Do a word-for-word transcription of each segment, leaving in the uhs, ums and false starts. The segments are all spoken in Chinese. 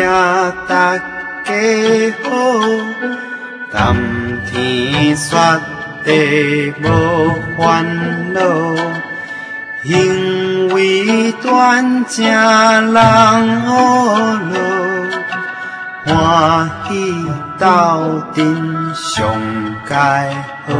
大家好，甘天雪地无烦恼，行为端正人学路，欢喜斗阵上佳好，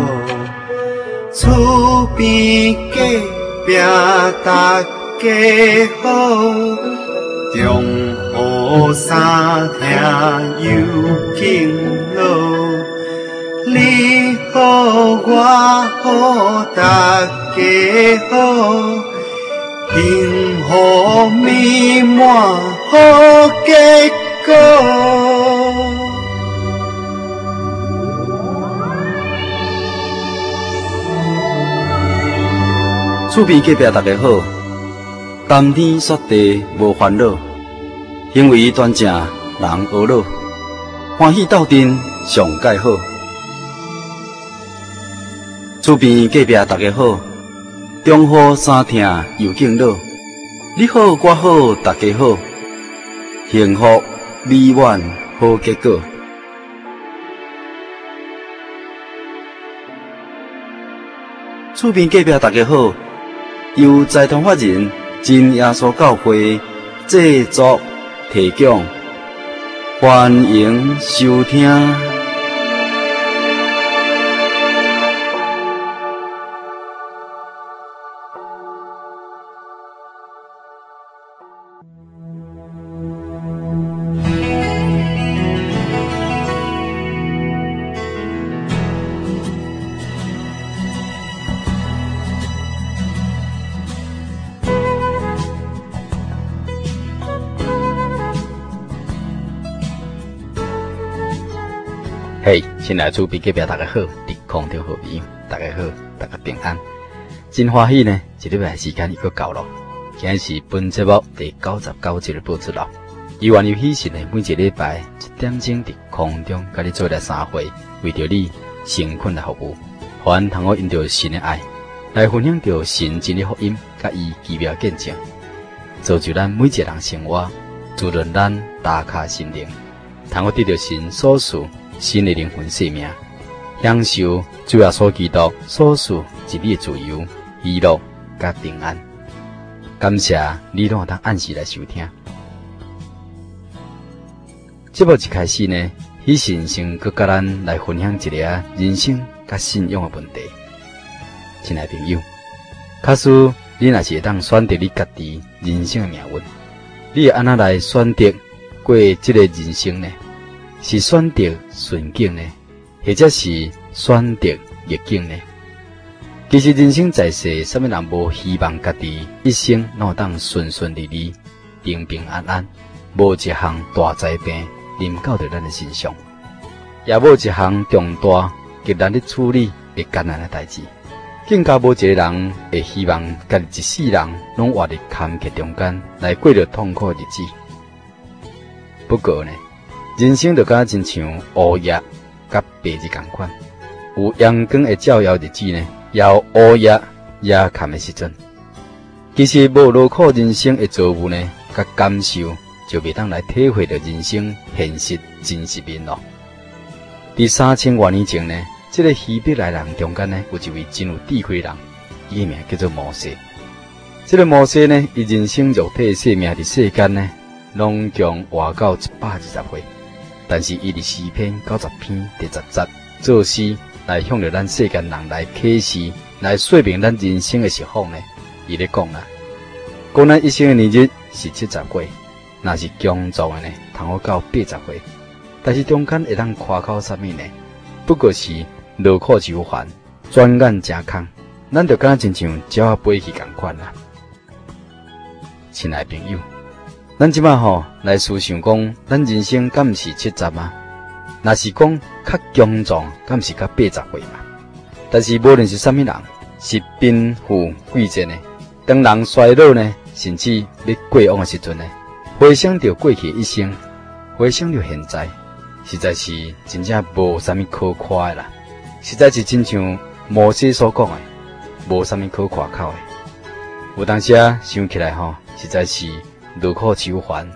厝边隔壁大家好，中好三听有敬老，你好我好大家好，幸福美满好结果。 厝边隔壁大家好，甘天雪地无烦恼，行为端正人学老，欢喜斗阵上佳好。厝边隔壁大家好，中好三听又敬老，你好我好大家好，幸福美满好结果。厝边隔壁大家好，由财团法人真耶稣教会制作提供，欢迎收听。嘿，亲爱的厝边隔壁大家好，伫空中好朋友，大家好，大家平安，真欢喜呢！一礼拜时间又到了，今日是本节目第九十九集的播出了。伊原有喜讯呢，每一个礼拜一点钟伫空中甲你做来三回，为着你诚恳来服务，还通我因着神的爱来分享着神真的福音，甲伊奇妙见证，造就咱每一个人生活，滋润咱打卡心灵，通我得到神所赐。新的灵魂生命，享受主耶稣基督所赐一日的自由、喜乐甲平安。感谢你拢通按时来收听。节目一开始呢，喜神先佮甲咱来分享一个人生甲信仰的问题。亲爱的朋友，假使你若是会当选择你家己人生的命运，你会安怎来选择过这个人生呢？是选择顺境呢，或者是选择逆境呢？其实人生在世，什么人无希望家己一生拢当顺顺利利、平平安安，无一项大灾病临到着咱的身上，也无一项重大极难的处理会艰难的代志，更加无一个人会希望家己一世人拢活伫坎坷中间来过着痛苦的日子。不过呢，人生就敢亲像黑夜甲白日同款，有阳光的照耀日子呢，也有黑夜夜坎的时阵。其实无劳苦人生的遭遇呢，甲感受，就袂当来体会到人生现实真实面咯。伫三千多年前呢，这个希伯来人中间呢，有一位真有智慧的人，伊名叫做摩西。这个摩西呢，伊人生肉体生命伫世间呢，拢共活到一百二十岁。但是伊伫诗篇九十篇第十节作诗来向着咱世间人来启示，来说明咱人生的实况呢。伊咧讲啦，讲咱一生的年日是七十岁，若是强壮的呢，通好到八十岁。但是中间会当夸口啥物呢？不过是劳苦愁烦，转眼成空，咱就敢亲像鸟仔飞去共款啦。亲爱的朋友，咱即摆吼来思想讲，咱人生敢毋是七十吗？若是讲较强壮，敢毋是较八十岁嘛？但是无论是啥物人，是贫富贵贱呢，当人衰老呢，甚至要过往的时阵呢，回想着过去的一生，回想着现在，实在是真正无啥物可夸的啦。实在是亲像摩西所讲的，无啥物可夸口的。有当时啊，想起来吼，实在是劳苦愁烦，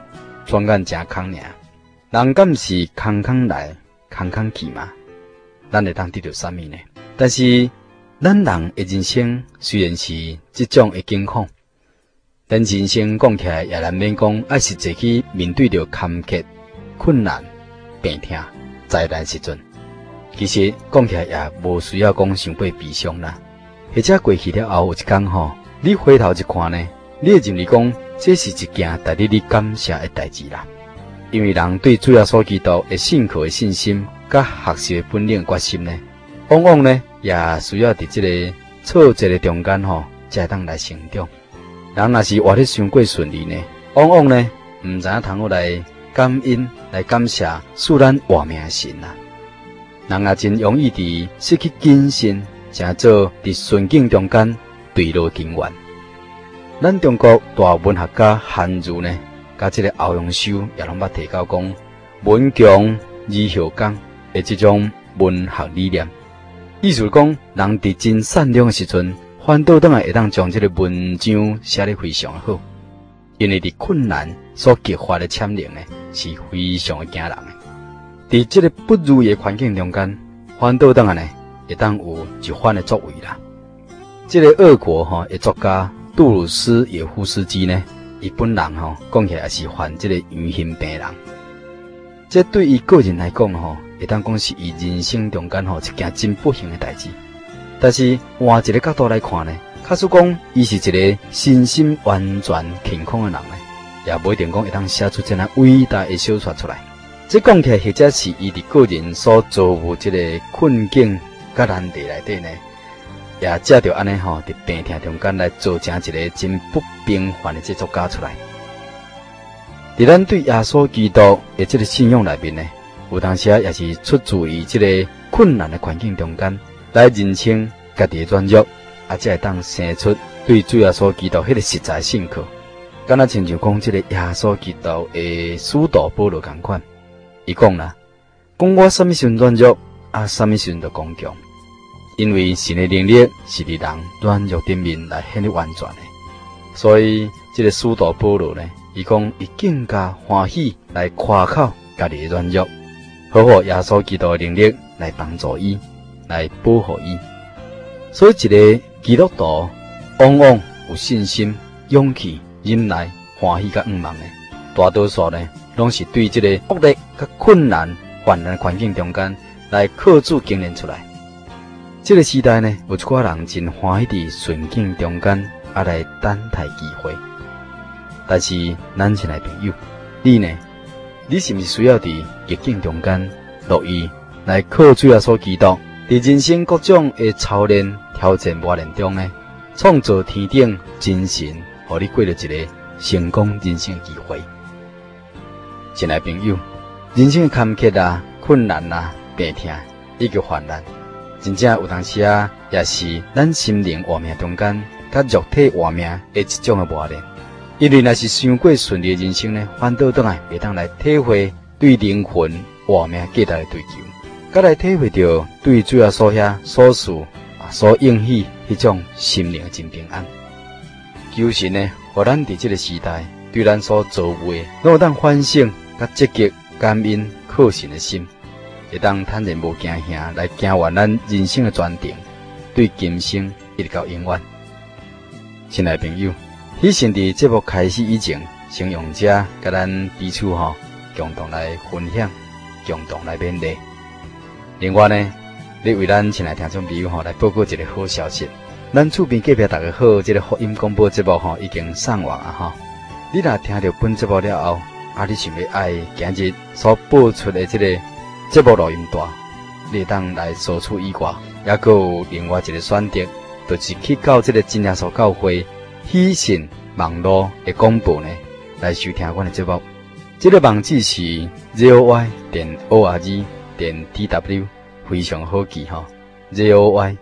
专干真空尔。人敢是空空来，空空去嘛？咱会当得到啥物呢？但是咱人的人生虽然是这种的境况，但人生讲起来也难免讲，爱实际去面对着坎坷、困难、病痛、灾难时阵，其实讲起来也无需要讲伤过悲伤啦。或者过去了后有一天吼，你回头一看呢，你会认为讲这是一件值得你感谢的代志啦。因为人对主耶稣基督的信靠的信心，甲学习的本领决心呢，往往呢也需要伫这个挫折的中间吼，才会当来成长。人若是活得伤过顺利呢，往往呢唔知影通好来感恩、来感谢赐咱活命的神啊。人也真容易伫失去谨慎，成做伫顺境中间坠落根源。咱中国大文学家韩愈呢，甲这个欧阳修也拢捌提到讲，文强而后刚的这种文学理念，意思讲，人伫真善良的时阵，反倒当然会当将这个文章写得非常好，因为伫困难所激发的潜能呢，是非常的惊人的。伫这个不如意的环境中间，反倒当然呢，会当有一番的作为啦。这个俄国吼的作家杜鲁斯耶夫斯基呢，伊本人吼讲起来也是患这个忧心病人。这对伊个人来讲吼，会当讲是伊人生中间吼一件真不幸的代志。但是换一个角度来看呢，假使讲伊是一个身心完全健康的人呢，也不一定讲会当写出这样伟大的小说出来。这讲起来，或者是伊伫个人所遭遇这个困境甲难题内底呢，也借着安尼吼，伫病痛中间来做成一个真不平凡的这作家出来。伫咱对耶稣基督的这个信仰内面呢，有当时也是出自于这个困难的环境中间来认清家己的软弱，啊，才会当生出对主耶稣基督迄个实在信靠。敢若亲像讲这个耶稣基督的使徒保罗同款，伊讲啦，讲我什么时阵软弱，啊，什么时阵就刚强，因为神的能力是伫人软弱顶面来显得完全的。所以这个使徒保罗呢，伊讲伊更加欢喜来夸口家己的软弱，好好耶稣基督的能力来帮助伊，来保护伊。所以一个基督徒往往有信心、勇气、忍耐、欢喜甲愿望的，大多数呢，拢是对这个恶劣甲困难、患难环境中间来靠主经验出来。这个时代呢，有一寡人真欢喜伫顺境中间啊来等待机会。但是咱亲爱朋友，你呢？你是毋是需要伫逆境中间乐意来靠主耶稣基督，伫人生各种的操练、挑战、磨练中呢，创造天顶真神，互你过了一个成功人生的机会。亲爱朋友，人生的坎坷啊、困难啊、病痛以及患难，真正有当时啊，也是咱心灵活命中间甲肉体活命的一种的磨练。因为若是伤过顺利的人生呢，反倒倒来会当来体会对灵魂活命价值的追求，甲来体会到对主要所遐所事啊所应许迄种心灵的真平安。求神呢，互咱伫这个时代对咱所遭遇的，拢有当反省甲积极感恩靠神的心，会当坦然无惊吓来行完咱人生的专程，对今生一直到永远。亲爱的朋友，迄先伫节目开始以前，先用者甲咱彼此吼共同来分享，共同来勉励。另外呢，你为咱亲爱听众朋友吼来报告一个好消息，咱厝边隔壁大家好，这个福音广播节目吼已经上网啊吼。你若听到本节目了后，啊，你想要爱今日所播出的这个节目录音带，你会当来索取以外，也佫有另外一个选择，就是去到这个真耶稣教会喜信网络的广播呢，来收听阮的节目。这个网址是 z o y 点 o r g 点 t w， 非常好记吼 ，z o y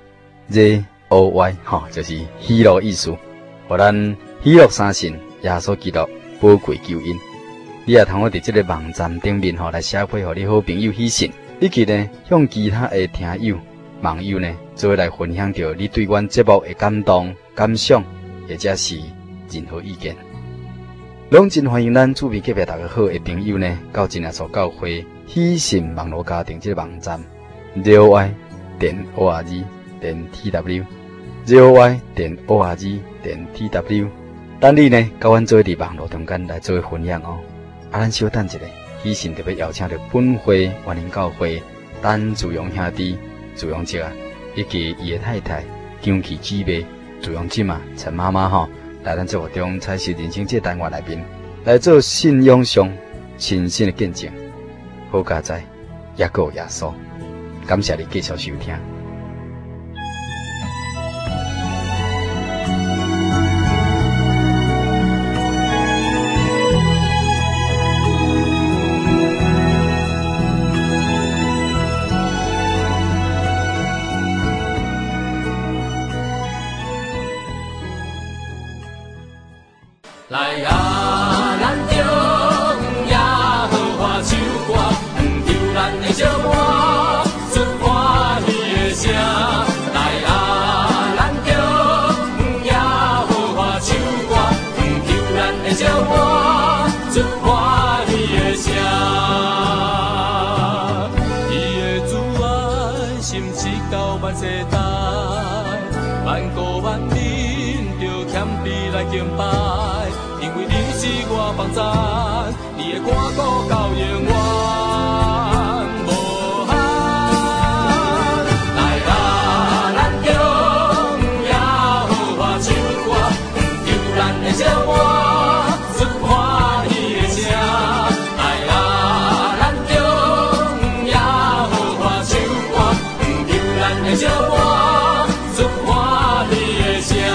z o y 吼，就是喜乐意思，互咱喜乐三信耶稣基督宝贵救恩。你也通好伫这个网站顶面吼来写配互你好朋友喜信，以及呢向其他的听友、网友呢，做来分享着你对阮节目的感动、感想。或者是任何意见， 拢真欢迎咱厝边隔壁大家好的朋友呢，到真耶稣教会喜信网络家庭这个网站 z o y 点 o r g 点 t w z o y 点 o r g 点 t w， 等你呢，甲阮做伫网络中间来做分享哦。啊，咱稍等一下，喜信特别邀请到本会万宁教会陈自荣兄弟、自荣姐啊，以及伊的太太姜琪姊妹、自荣姐嘛、陈妈妈吼，来咱节目中采取人生这单元内面来做信仰上亲身的见证。好佳哉，也有耶稣，感谢你继续收听。 来啊，咱中耶和华唱歌，唱咱的小歌，出欢喜的声。来啊，咱中耶和华唱歌，唱咱的小歌，出欢喜的声。伊的慈爱心直到万世代，万国万民着谦卑来敬拜。我帮赞，你的歌歌到永远无限。来啊，咱中耶和华唱歌，唱咱的小歌，出欢喜的声。来啊，咱中耶和华唱歌，唱咱的小歌，出欢喜的声。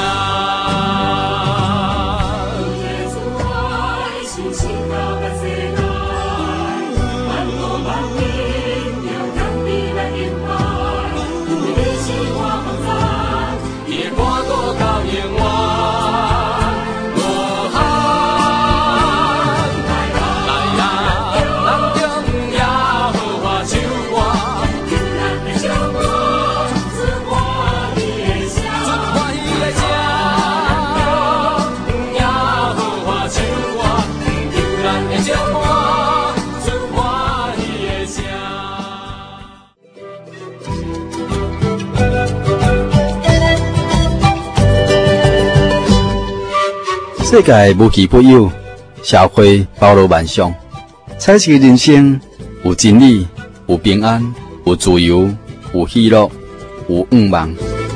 世界无奇不有，社会包罗万象。彩色人生有真理，有平安，有自由，有喜乐，有愿望。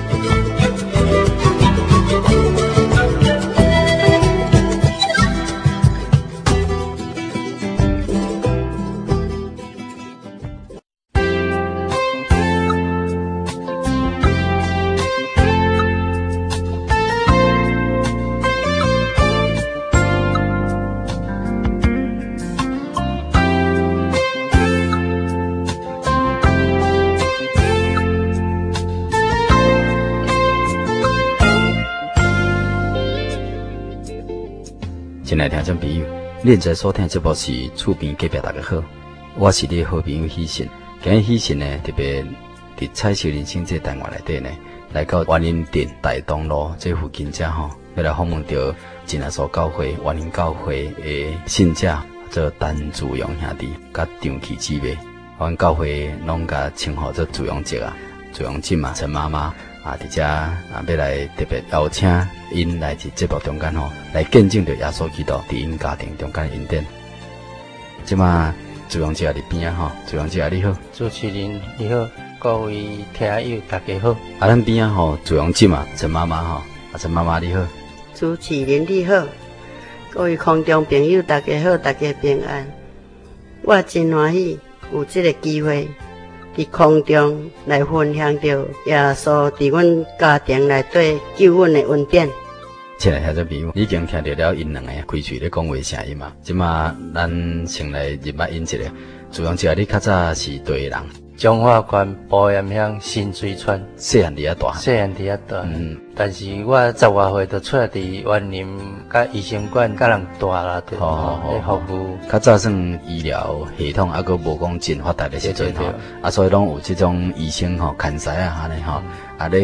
亲爱的听众朋友，恁在所听这部是厝边隔壁大家好，我是你的好朋友喜信。今日喜信呢，特别伫彩色人生这单元内底呢，来到万宁店大东路这附近遮吼，要来访问到真耶稣教会万宁教会的信者，做陈自荣兄弟，甲张琪姊妹。阮教会拢甲称呼做自荣姐啊、自荣姐嘛、陈妈妈。啊，伫遮啊，要来特别邀请因来伫节目中间吼，来见证着耶稣基督伫因家庭中间的恩典。即马自荣姐伫边啊吼，自荣姐你好， 主持人你好，各位听友大家好。 啊，咱边啊吼，自荣姐嘛，陈妈妈吼，啊陈妈妈你好， 主持人你好，各位空中朋友大家好，大家平安。我真欢喜有这个机会。伫空中来分享着耶稣伫阮家庭内底救阮的恩典。 亲爱听众朋友，已经听到了因两个开嘴咧讲话声音嘛。即马咱先来入麦因一下。自荣姐，你较早是佗个人？ 彰化县埔盐乡新水村， 细汉伫遐大， 细汉伫遐大。 嗯， 但是我十外岁就出来伫园林甲医生馆甲人住啦，对，咧服务。 较早算医疗系统，还阁无讲真发达的时阵吼，啊，所以拢有这种医生吼、看西啊，安尼吼，啊咧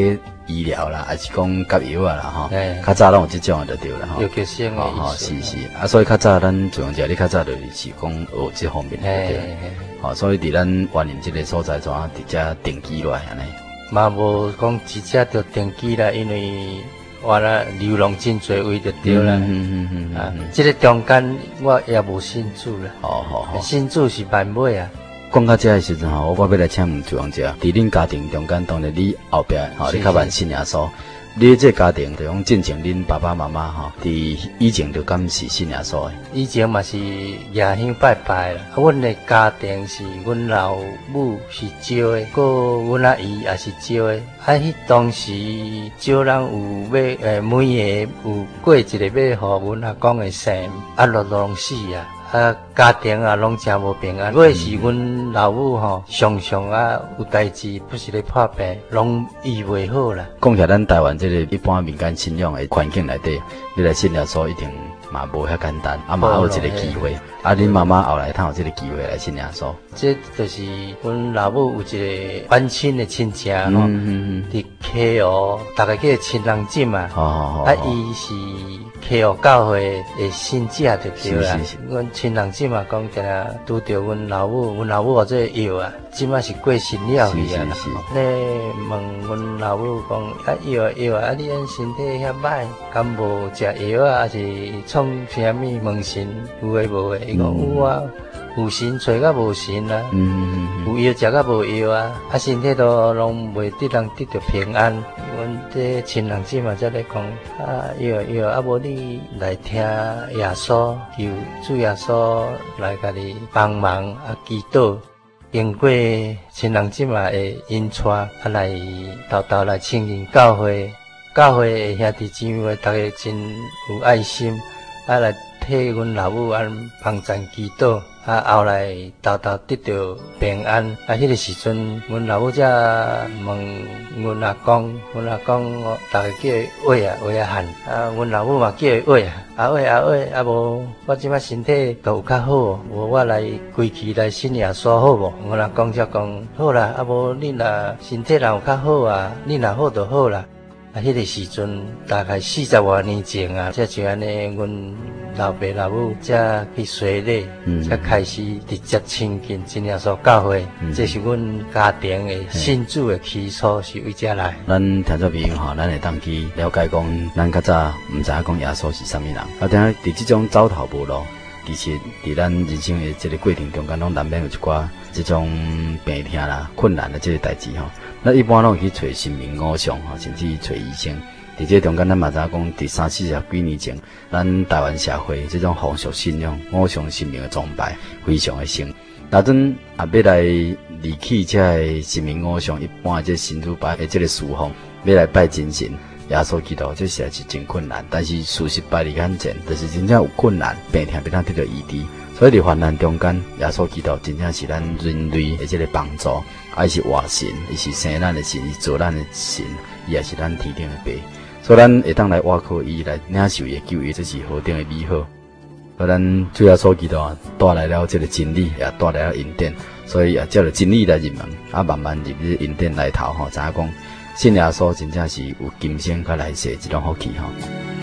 医疗啦，还是讲甲药啊啦吼， 哎较早拢有即种的就对啦吼。 有个性的吼吼， 医生是是，啊，所以较早咱自用者，你较早就是是讲学即方面的哎对了。吼，所以伫咱原林即个所在，怎啊直接定居落来安尼。 嘛无讲直接就定居啦，因为我啦流浪真侪位就对啦。 嗯嗯嗯啊嗯， 这个中间我也无信主啦， 好好好。 信主是万尾啊。 讲到这的时阵吼，我要来请问自用者，伫恁家庭中间，当然你后壁吼，你较慢信耶稣。你这家庭就讲进前恁爸爸妈妈吼，伫以前就敢是信耶稣的。 以前嘛是爷乡拜拜啦，啊，阮的家庭是阮老母是招的，个阮阿姨也是招的。啊，迄当时招人有要诶，每个有过一个要互阮阿公的生，啊，落拢死啊。啊，家庭啊，拢真无平安。我是阮老母吼，常常啊有代志，不是咧破病，拢医袂好啦。 讲起来，咱台湾这个一般民间信仰的环境内底，你来信耶稣一定嘛无遐简单，啊嘛有一个机会，啊恁妈妈后来才有这个机会来信耶稣。 这就是阮老母有一个远亲的亲戚吼， 嗯嗯伫溪湖，大概叫亲人节嘛。 好好好。 啊，伊是溪湖教会的信者就对啦是是是。 阮亲人节嘛，讲定啊，拄着阮老母，阮老母或者药啊，即马是过身了去啊。 是是是咧问阮老母讲，啊药啊药啊，啊你安身体遐歹，敢无食药啊，还是创啥物问神有诶无诶？伊讲有啊。有神找甲无神啊， 嗯嗯嗯有药食甲无药啊，啊身体都拢袂得人得到平安。阮这亲人姊嘛才咧讲，啊药药啊无你来听耶稣，求主耶稣来甲你帮忙啊祈祷。经过亲人姊嘛会引带啊来豆豆来亲近教会，教会的兄弟姊妹大家真有爱心，啊来替阮老母安帮赞祈祷。啊，后来豆豆得到平安，啊，迄个时阵，阮老母才问阮阿公，阮阿公大概叫伊伟啊，伟啊汉，啊，阮老母嘛叫伊伟啊，阿伟阿伟，啊无，我即摆身体都有较好，无我来归期来信耶稣好无？阮阿公才讲好啦，啊无你若身体若有较好啊，你若好就好啦。啊，迄个时阵大概四十多年前啊，才像安尼，阮老爸老母才去洗礼， 嗯才开始直接亲近真耶稣教会。 嗯这是阮家庭的信主的起初是为遮来。 咱听众朋友吼，咱会当去了解讲，咱较早毋知影讲耶稣是啥物人，啊，等下伫即种走投无路，其实伫咱人生的这个过程中间，拢难免有一寡即种病痛啦、困难的这个代志吼。咱一般拢会去找神明偶像吼，甚至找医生。伫这中间，咱嘛知影讲，伫三四十几年前，咱台湾社会这种风俗信仰、偶像神明的崇拜非常的盛。那阵也要来离弃这个神明偶像，一般这神主牌的这个侍奉，要来拜真神。耶稣基督，这实在是真困难，但是事实摆伫眼前，就是真正有困难，病痛要当得到医治。所以伫患难中间，耶稣基督真正是咱人类的这个帮助，啊，伊是活神，伊是生咱的神，伊做咱的神，伊也是咱天顶的爸。所以咱会当来倚靠伊来领受伊的救恩，这是何等的美好。所以咱主耶稣基督啊，带来了这个真理，也带来了恩典，所以也借着真理来入门，啊，慢慢入入恩典来头吼，知影讲信耶稣真正是有今生甲来世这种福气吼。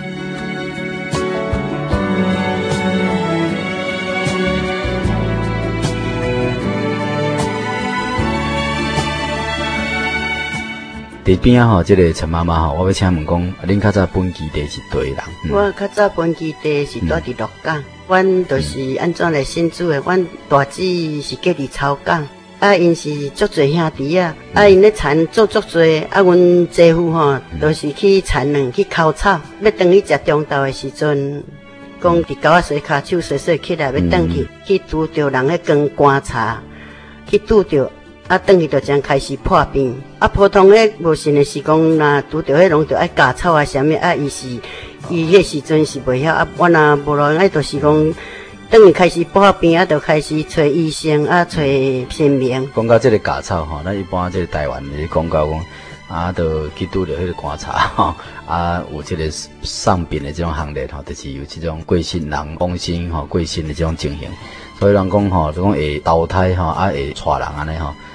伫边啊吼，这个陈妈妈吼，我要请问讲，恁较早本基地是佗人？嗯、 我较早本基地是住伫鹿港，阮就是安怎来信主的。阮大姊是嫁伫草港，啊，因是足侪兄弟啊，啊，因咧田做足侪，啊，阮姐夫吼都是去田两去抠草，要转去食中昼的时阵，讲伫狗仔洗骹手洗洗起来要转去，去拄着人咧光观察，去拄着。啊，转去就将开始破病。啊，普通诶无信诶是讲，若拄着迄拢着爱割草啊，啥物啊，伊是伊迄时阵是袂晓。啊，我若无咯，爱就是讲，转去开始破病啊，就开始找医生啊，找神明。 讲到这个割草吼，咱一般这个台湾咧讲到讲，啊，就去拄着迄个观察吼，啊，有这个上病的这种行列吼，就是有这种过身人往生吼，过身的这种情形。所以人讲吼，就讲会投胎吼，啊会带人安尼吼。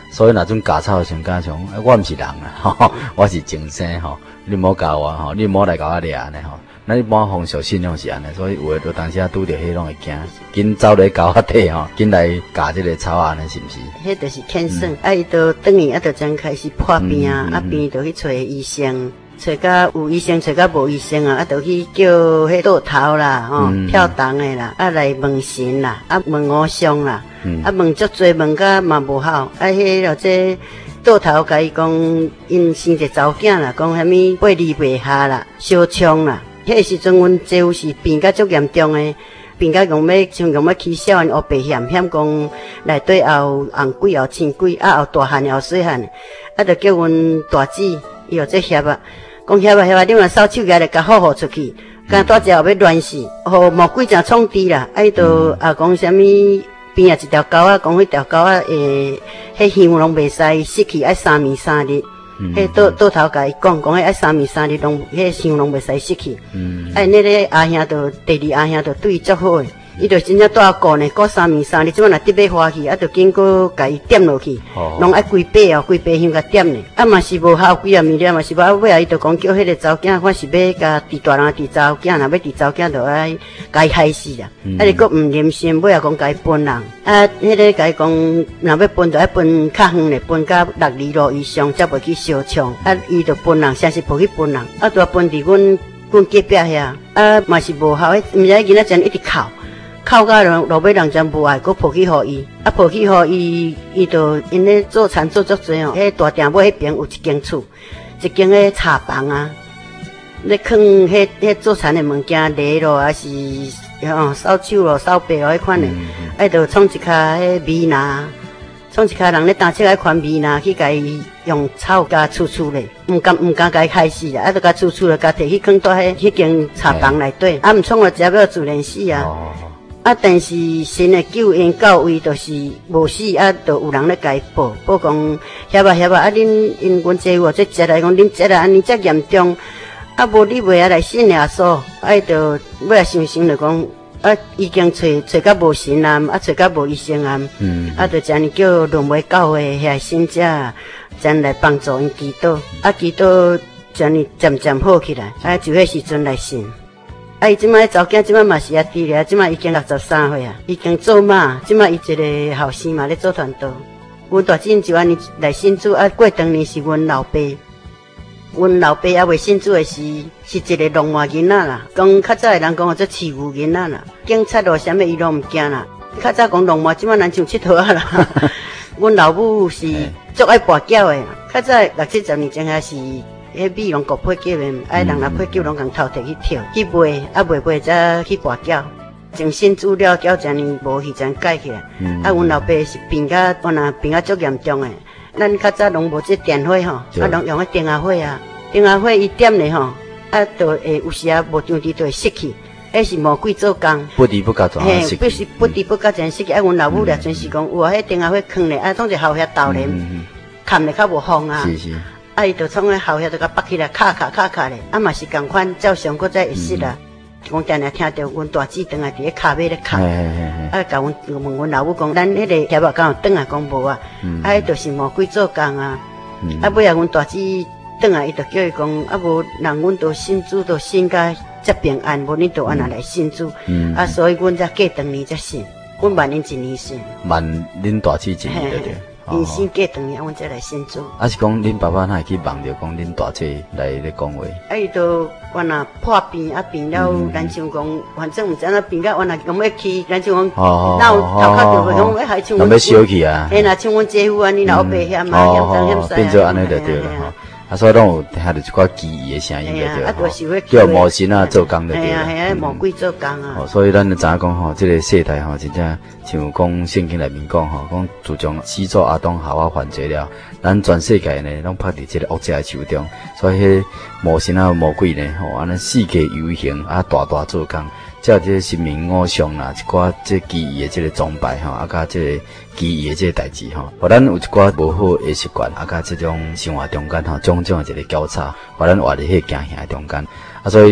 所以那种假草想讲像，我毋是人啊，吼，我是精神吼，你莫教我吼，你莫来教我掠安尼吼。咱一般风俗信仰是安尼，所以有诶，就当时啊拄着迄拢会惊，紧走来搞我底吼，紧来教即个草安尼是毋是？ 迄就是天生，啊，伊就转去，啊，就将开始破病啊，啊，病就去找医生，找甲有医生，找甲无医生啊，啊，就去叫迄倒头啦，吼，跳动诶啦，啊，来问神啦，啊，问偶像啦，啊，问足多，问甲嘛无效，啊，迄落这倒头甲伊讲，因生一个查某囝啦，讲啥物八字袂下啦，烧枪啦。迄时阵，阮姐夫是病甲足严重诶，病甲讲要像讲要起小人乌白险险，讲内底也有红鬼，也有青鬼，啊，有大汉，也有细汉，啊，就叫阮大姊，伊有这翕啊，讲翕啊翕啊，你若扫手举来，甲好好出去，敢大只后要乱死，互魔鬼真创治啦，啊，伊就啊讲啥物边啊一条狗啊，讲迄条狗啊，诶，迄香拢袂使失去，爱三暝三日。迄倒倒头甲伊讲，讲迄爱三暝三日拢，迄香拢袂使失去。嗯，哎，那个阿兄就第二阿兄就对伊足好诶，伊就真正带我顾呢，顾三暝三日，即摆若得要花去，啊，就经过甲伊点落去，拢爱规杯哦，规杯香甲点呢，啊嘛是无效几啊暝了嘛是无，尾仔伊就讲叫迄个查某囝，看是要甲伫大人伫查某囝，若要伫查某囝就爱甲伊害死啦，啊，你佫毋忍心，尾仔讲甲伊分人，啊，迄个甲伊讲，若要分就爱分较远嘞，分甲六里路以上，才袂去烧枪，啊，伊就分人，先是无去分人，啊，就分伫阮阮隔壁遐，啊嘛是无效，迄毋知囡仔真一直哭。哭到落落尾人真无爱，佮抱去互伊，啊抱去互伊，伊就因咧做田做足济哦。迄大店尾迄边有一间厝，一间迄茶房啊，咧放迄迄做田的物件，犁咯，还是哦扫帚咯、扫白咯迄款的，啊就创一骹迄米拿，创一骹人咧担车来款米拿去甲伊用草甲厝厝咧，毋敢毋敢甲伊害死啊，啊就甲厝厝咧甲摕去放蹛迄迄间茶房内底，啊毋创了只要自然死啊。啊！但是神的救恩到位，就是无死啊，就有人咧甲伊报报讲，遐啊遐啊！啊，恁因阮姐夫这接来讲，恁这来安尼遮严重，啊无你袂啊来信耶稣，啊伊就尾啊想想就讲，啊已经找找甲无神啊，啊找甲无医生啊，嗯，啊就这样叫轮回教会遐信者，真来帮助因祈祷，啊祈祷这样渐渐好起来，啊就迄时阵来信。啊！伊即摆查某囝即摆嘛是啊伫咧，即摆已经六十三岁啊，已经做嘛，即摆伊一个后生嘛咧做传道。阮大姊就安尼来信主啊，过当年是阮老爸，阮老爸还未信主的是是一个农活囡仔啦。讲较早的人讲我做饲牛囡仔啦，警察咯啥物伊拢毋惊啦。较早讲农活，即摆咱像佚佗啊啦。阮老母是足爱跋筊的，较早六七十年前还是。迄米拢国配给的，爱人来配给拢共偷摕去跳去卖，啊卖卖才去跋筊。从新资料到这样无去这样改起来。啊，阮老爸是病甲，我若病甲足严重诶。咱较早拢无这电火吼，啊拢用个电话火啊，电话火一点咧吼，啊就会有时啊无张地就会熄去。迄是魔鬼做工， 不离不加转嘿，不是不离不加转熄去。啊，阮老母咧真是讲，有啊，迄电话火囥咧，啊，总是后遐倒咧，看咧较无风啊。 是是。 啊！伊就从个后遐就甲拔起来，卡卡卡卡咧，啊嘛是共款，照常搁再会死啦。讲定定听到阮大姊转来伫咧骹尾咧哭，啊，甲阮问阮老母讲，咱迄个遐肉敢有转来讲无啊？啊，迄就是魔鬼做工啊！啊，尾啊，阮大姊转来，伊就叫伊讲，啊无，人阮都信主都信甲遮平安，无恁都安那来信主，啊，所以阮才过当年才信，阮晚恁一年信， 晚恁大姊一年对对。 因先过长年，阮才来信主。 啊是讲恁爸爸哪会去望着讲恁大姐来咧讲话？ 啊，伊就原来破病啊病了，咱像讲，反正毋知影病到原来讲要去，咱像讲，那有头壳就讲要还像阮， 要烧去啊！ 嘿，若像阮姐夫安尼，若白险啊，险东险西， 变做安尼就对了吼。啊，所以拢有听着一寡奇异的声音就对了吼。叫魔神啊做工就对了。 系啊系啊，魔鬼做工啊。 哦，所以咱就知影讲吼，这个世代吼，真正像讲圣经内面讲吼，讲自从始祖阿当夏娃犯罪了，咱全世界呢拢拍伫这个恶者的手中，所以迄魔神啊魔鬼呢吼，安尼世界游行啊大大做工。才有这个神明偶像啦，一寡这奇异的这个崇拜吼，啊，甲这个奇异的这个代志吼，互咱有一寡无好的习惯，啊，甲这种生活中间吼，种种的一个交叉，互咱活伫迄惊吓中间，啊，所以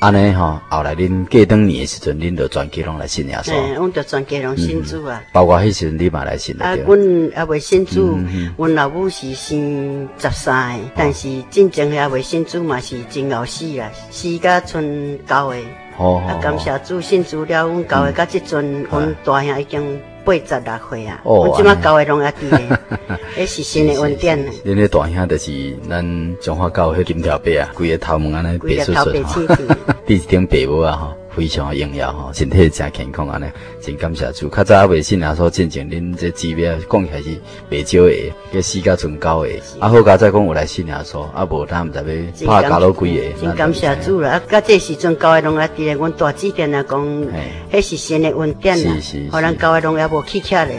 安尼吼，后来恁过当年的时阵，恁就全家拢来信耶稣。 嘿，阮着全家拢信主啊。 包括迄时阵你嘛来信啊， 对。 阮还未信主嗯嗯， 阮老母是生十三个，但是真正还未信主嘛是真后死啦，死甲剩九个。 好好啊，感谢主信主了，阮九个到即阵，阮大兄已经八十六岁啊， 哦阮即马九个拢还伫咧，迄是新的恩典啊。 恁迄大兄就是咱中华教迄金条伯啊，规个头毛安尼白顺顺吼，第一顶白帽啊吼，非常的荣耀吼，身体真健康安尼，真感谢主。较早还未信耶稣进前，恁这姊妹讲起来是袂少个，个死甲剩九个，啊好佳再讲有来信耶稣，啊无咱毋知要拍加落几个。 真感谢主啦！啊，到这时阵九个拢还伫咧，阮大姊店啊讲，迄是新的恩典啦，互咱九个拢也无起起来。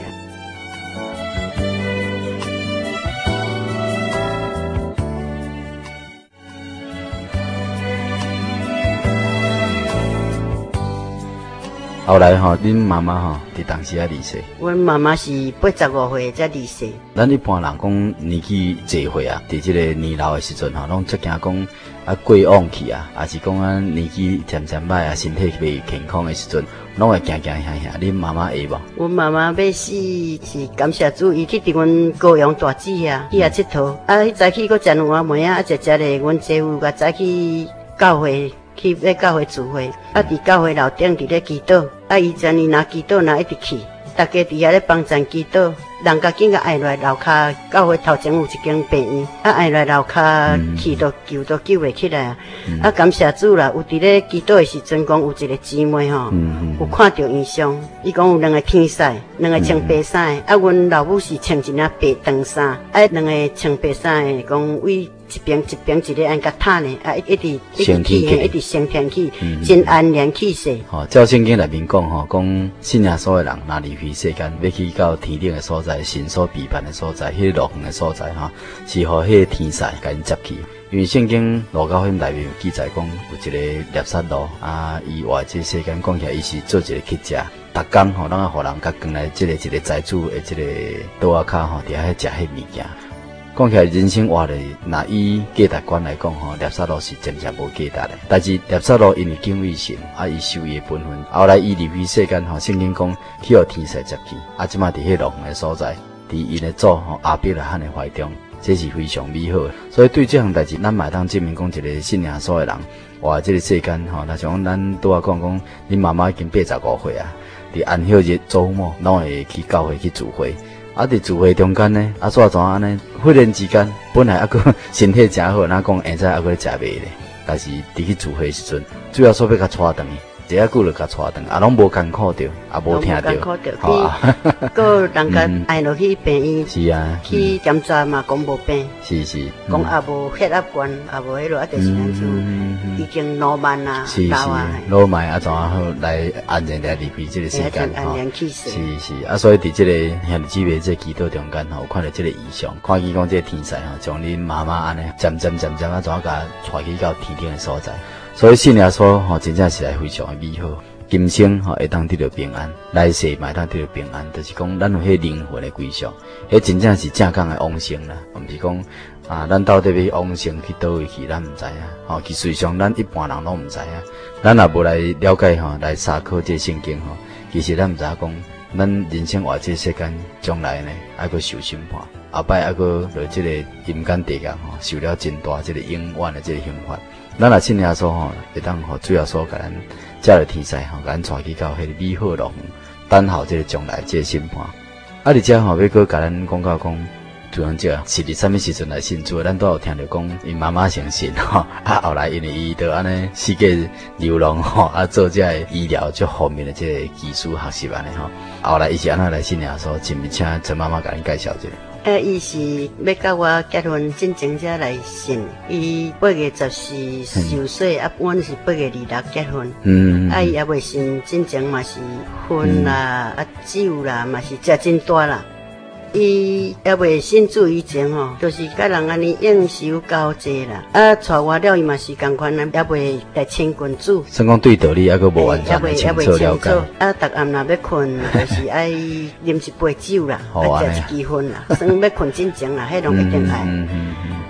后来吼，恁妈妈吼，伫当时啊离世。 阮妈妈是八十五岁才离世。 咱一般人讲年纪济岁啊，伫即个年老的时阵吼，拢足惊讲啊过往去啊，还是讲啊年纪渐渐歹啊，身体袂健康的时阵，拢会惊惊吓吓。恁妈妈会无？ 阮妈妈要死是感谢主，伊去伫阮高阳大姊啊，去遐佚佗。啊，迄早起搁食两碗糜啊，啊食食咧，阮姐夫甲早起教会。去咧教会聚会，啊！伫教会楼顶伫咧祈祷，啊！伊真哩拿祈祷拿一直去，大家伫遐咧帮站祈祷，人家紧甲挨落来楼骹，教会头前有一间病院，啊！挨落来楼骹去都救都救袂起来啊！嗯、啊！感谢主啦，有伫咧祈祷的时阵，讲有一个姊妹吼，嗯、有看到异象，伊讲有两个天使，两个穿白衫的，啊！阮老母是穿一领白长衫，啊！两个穿白衫的讲为。一边一边一个按甲塔呢，啊，一直一直起，一直升天起，真安然气势。 吼，照圣经内面讲吼，讲信耶稣的人，若离开世间，要去到天顶的所在，神所避办的所在，迄个乐园的所在，吼，是互迄个天使甲因接去。因为圣经路加福音内面有记载讲，有一个列撒罗啊，伊活这世间讲起来，伊是做一个乞食，逐工吼，咱啊互人甲扛来即个一个财主的即个桌仔骹吼，伫遐食迄物件。讲起来，人生活咧，若以价值观来讲吼，列撒罗是真正无价值的。但是列撒罗因为敬畏神，啊，伊受伊的本分，后来伊离开世间吼，圣经讲去互天使接去，啊，即马伫迄乐园的所在，伫因的祖吼阿伯拉罕的怀中，这是非常美好的。所以对这项代志，咱嘛当证明讲一个信耶稣的人，活这个世间吼，那像咱拄啊讲讲，恁妈妈已经八十五岁啊，伫安息日周末拢会去教会去聚会。啊！伫聚会中间呢，啊，煞怎安尼？忽然之间，本来啊个身体真好，哪讲现在啊个咧食饭咧？但是伫去聚会时阵，主要说要甲带转去，一下久就甲带转，啊，拢无艰苦着，啊，无听着， 好啊。个人家爱落去病院， 是啊， 去检查嘛，讲无病， 是是， 讲也无血压高，也无迄落，啊，就是咱就已经老慢啦，老啊， 老慢啊，怎啊好来安然来离开这个世间吼， 是是啊，所以伫这个兄弟姊妹这祈祷中间吼，有看到这个异象，看见讲这个天使吼，将恁妈妈安尼渐渐渐渐啊，怎啊甲带去到天顶的所在。所以信耶稣吼，真正是来非常的美好。今生吼会当得到平安，来世嘛会当得到平安，就是讲咱有迄灵魂的归属，迄真正是正港的往生啦，毋是讲啊，咱到底要往生去倒位去，咱毋知影。吼，其实上咱一般人拢毋知影，咱也无来了解吼，来查考这圣经吼，其实咱毋知影讲，咱人生活这世间将来呢，还佫受审判，后摆还佫落这个阴间地狱吼，受了真大这个永远的这个刑罚。咱若信耶稣吼，会当互主耶稣甲咱遮个天使吼，甲咱带去到迄个美好乐园，等候这个将来这个审判。啊，而且吼，要搁甲咱讲到讲，主人者是伫啥物时阵来信主？咱都有听着讲，因妈妈先信吼，啊，后来因为伊就安尼世界流浪吼，啊，做这个医疗这方面的这个技术学习安尼吼，后来伊是安怎来信耶稣？请请陈妈妈甲咱介绍一下。 啊，伊是要甲我结婚进前才来信。伊八月十四受洗，啊，阮是八月二六结婚。嗯，啊，伊也未信进前嘛是婚啦，啊酒啦嘛是食真大啦。伊也未信主以前吼，就是甲人安尼应酬交际啦。啊，娶我了伊嘛是共款，也未来亲近主。 算讲对道理还佫无完全清楚了解。 啊，逐暗若要困，就是爱啉一杯酒啦，啊，食一支薰啦。算要困之前啦，迄拢一定爱。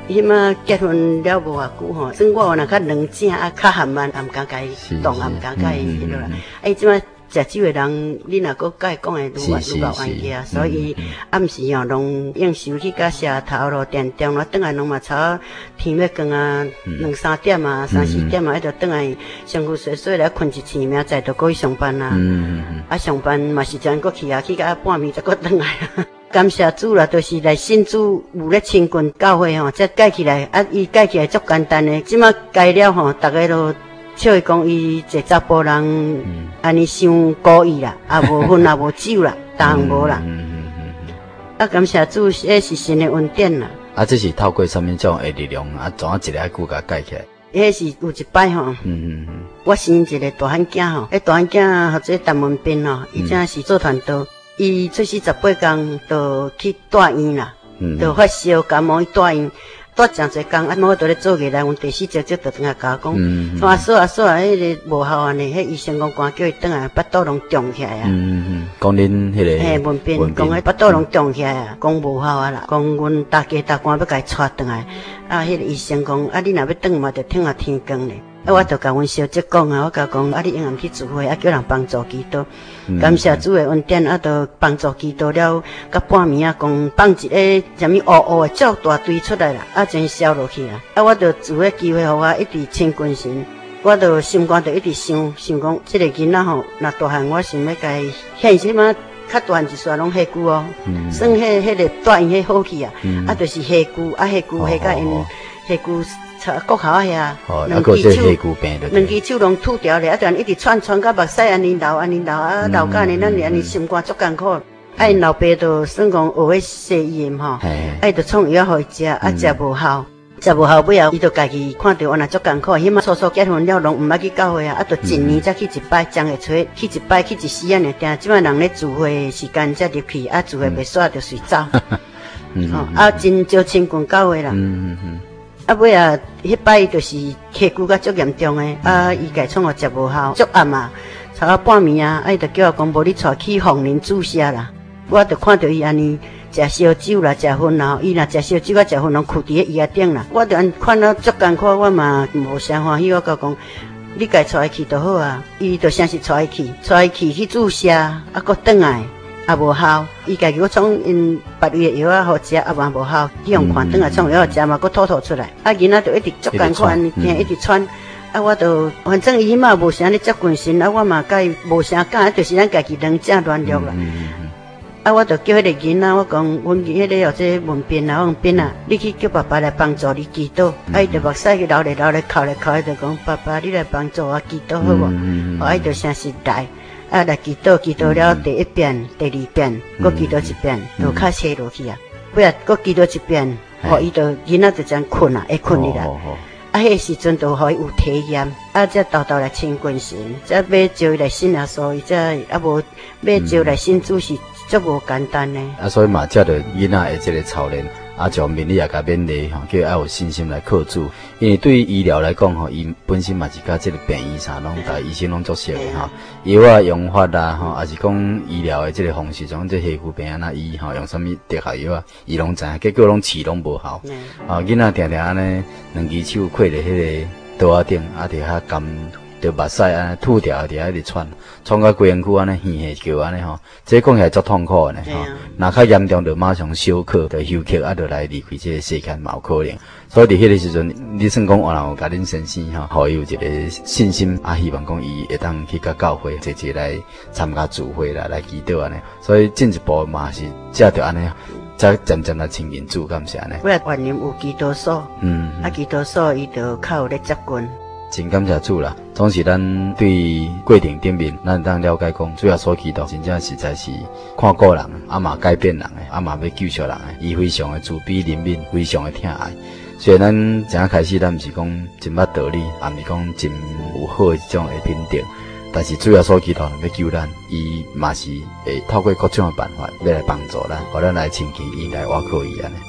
迄马结婚了无偌久吼，算我若较冷静啊，较含慢，也毋敢甲伊动，也毋敢甲伊迄落啦。哎，即马食酒的人，你若搁甲伊讲会愈越愈越冤家，所以暗时吼，拢应收去甲社头咯，电中咯，转来拢嘛差天要光啊，两三点啊，三四点啊，迄着转来身躯洗洗来困一醒，明仔载着过去上班啊。啊，上班嘛是这样过去啊，去到半暝才搁转来啊。感谢主啦，就是来信主有咧亲近教会吼，才改起来啊，伊改起来足简单诶，即马改了吼，逐个都笑伊讲伊一个查甫人安尼伤故意啦，啊无薰也无酒啦，当无啦。啊，感谢主，迄是神诶恩典啦。 啊，这是透过什么种诶力量啊？怎啊一个句甲改起来？ 迄是有一摆吼，嗯嗯嗯，我生一个大汉囝吼，迄大汉囝或者陈文斌吼，伊正是做传道。伊出世十八天，就去住院啦，就发烧感冒去住院，住真侪工，啊，我都咧做个来，阮第四节节就等下甲我讲，说啊说啊说啊，迄个无效安尼，迄医生讲赶叫伊转来，巴肚拢肿起来啊。嗯嗯， 讲恁迄个， 嘿，文斌讲迄巴肚拢肿起来啊，讲无效啊啦，讲阮大家大官要甲伊带转来，啊，迄个医生讲，啊，你若要转嘛，着听下天光咧。啊，我就甲阮小姐讲啊，我甲讲，啊，你永远去聚会，啊，叫人帮助基督，感谢主的恩典，啊，就帮助基督了。到半暝啊，讲放一个什么乌乌的照大堆出来啦，啊，真消落去啊。啊，我就有迄机会，互我一直亲近神，我就心肝就一直想，想讲，这个囡仔吼，若大汉，我想要甲伊现什么较大汉一撮拢下句哦，算迄迄个住院迄好去啊，啊，就是下句，啊，下句下甲因下句。国校遐，两支手，两支手拢吐掉咧，啊，就一直喘喘到目屎安尼流安尼流啊，流到安尼，咱安尼心肝足艰苦。啊，因老爸就算讲学迄西医吼，啊，就创药互伊食，啊，食无效，食无效尾后，伊就家己看到安尼足艰苦，迄马初初结婚了，拢毋捌去教会啊，啊，就一年才去一摆，正月初去一摆，去一时安尼定，即摆人咧聚会时间才入去，啊，聚会袂煞就随走，吼，啊，真少亲近教会啦。啊，尾啊，迄摆就是下句甲足严重诶，啊，伊家创我食无效，足暗啊，差到半暝啊，啊，伊就叫我讲，无你带去红林注射啦。我就看到伊安尼食烧酒啦，食薰啦，伊若食烧酒甲食薰拢跍伫迄椅仔顶啦。我就安看到足艰苦，我嘛无啥欢喜，我甲讲，你家带伊去就好啊。伊就先是带伊去，带伊去去注射，啊，搁转来。也无效，伊家己我创因别位的药啊好食，也嘛无效。去用看转来创药食嘛，搁吐吐出来。啊，囡仔就一直足艰苦，安尼听一直喘。啊，我就反正伊迄嘛无啥咧接近神，啊，我嘛甲伊无啥讲，就是咱家己两者联络啦。啊，我就叫迄个囡仔，我讲，阮迄个或者文斌啊，文斌啊，你去叫爸爸来帮助你祈祷。啊，伊就目屎去流咧流咧，哭咧哭咧，就讲爸爸，你来帮助我祈祷好无？啊，伊就诚实来。啊，来祈祷，祈祷了第一遍、第二遍，搁祈祷一遍，就较斜落去啊。尾啊，搁祈祷一遍，互伊就囡仔就这样困啊，会困去啦。啊，迄时阵就互伊有体验，啊，才豆豆来亲近神，才要招伊来信耶稣，伊才啊无要招来信主是足无简单呢。 啊，所以嘛，才着囡仔的这个操练。啊，从面里也甲勉励吼，叫伊要有信心来靠主。因为对于医疗来讲吼，伊本身嘛是甲这个病医啥拢，甲医生拢作熟的吼。药啊用法啦吼，也是讲医疗的这个方式，像这皮肤病安那医吼，用什么特效药啊，伊拢知影，结果拢治拢无效。啊，囡仔定定安尼，两只手揢咧迄个桌仔顶，啊，伫遐甘。着目屎安吐掉，伫遐直喘，喘到规身躯安尼稀稀叫安尼吼，这讲起来足痛苦诶呢吼。若较严重，着马上休克，着休克，啊，着来离开这个世间嘛有可能。所以伫迄个时阵，你算讲我若有甲恁先生吼，互伊有一个信心，啊，希望讲伊会当去甲教会直接来参加聚会啦，来祈祷安尼。所以进一步嘛是，才着安尼。才渐渐来亲近主，敢是安尼。 我也万年有祈祷所，嗯，啊，祈祷所伊就较有咧接近。 真感谢主啦！总是咱对过程顶面，咱当了解讲，主要所祈祷真正实在是看个人，啊嘛改变人诶，啊嘛要救赎人诶，伊非常诶慈悲怜悯，非常诶疼爱。虽然咱正开始，咱毋是讲真捌道理，也毋是讲真有好诶这种诶品德，但是主要所祈祷要救咱，伊嘛是会透过各种诶办法要来帮助咱，互咱来亲近伊，来倚靠伊安尼。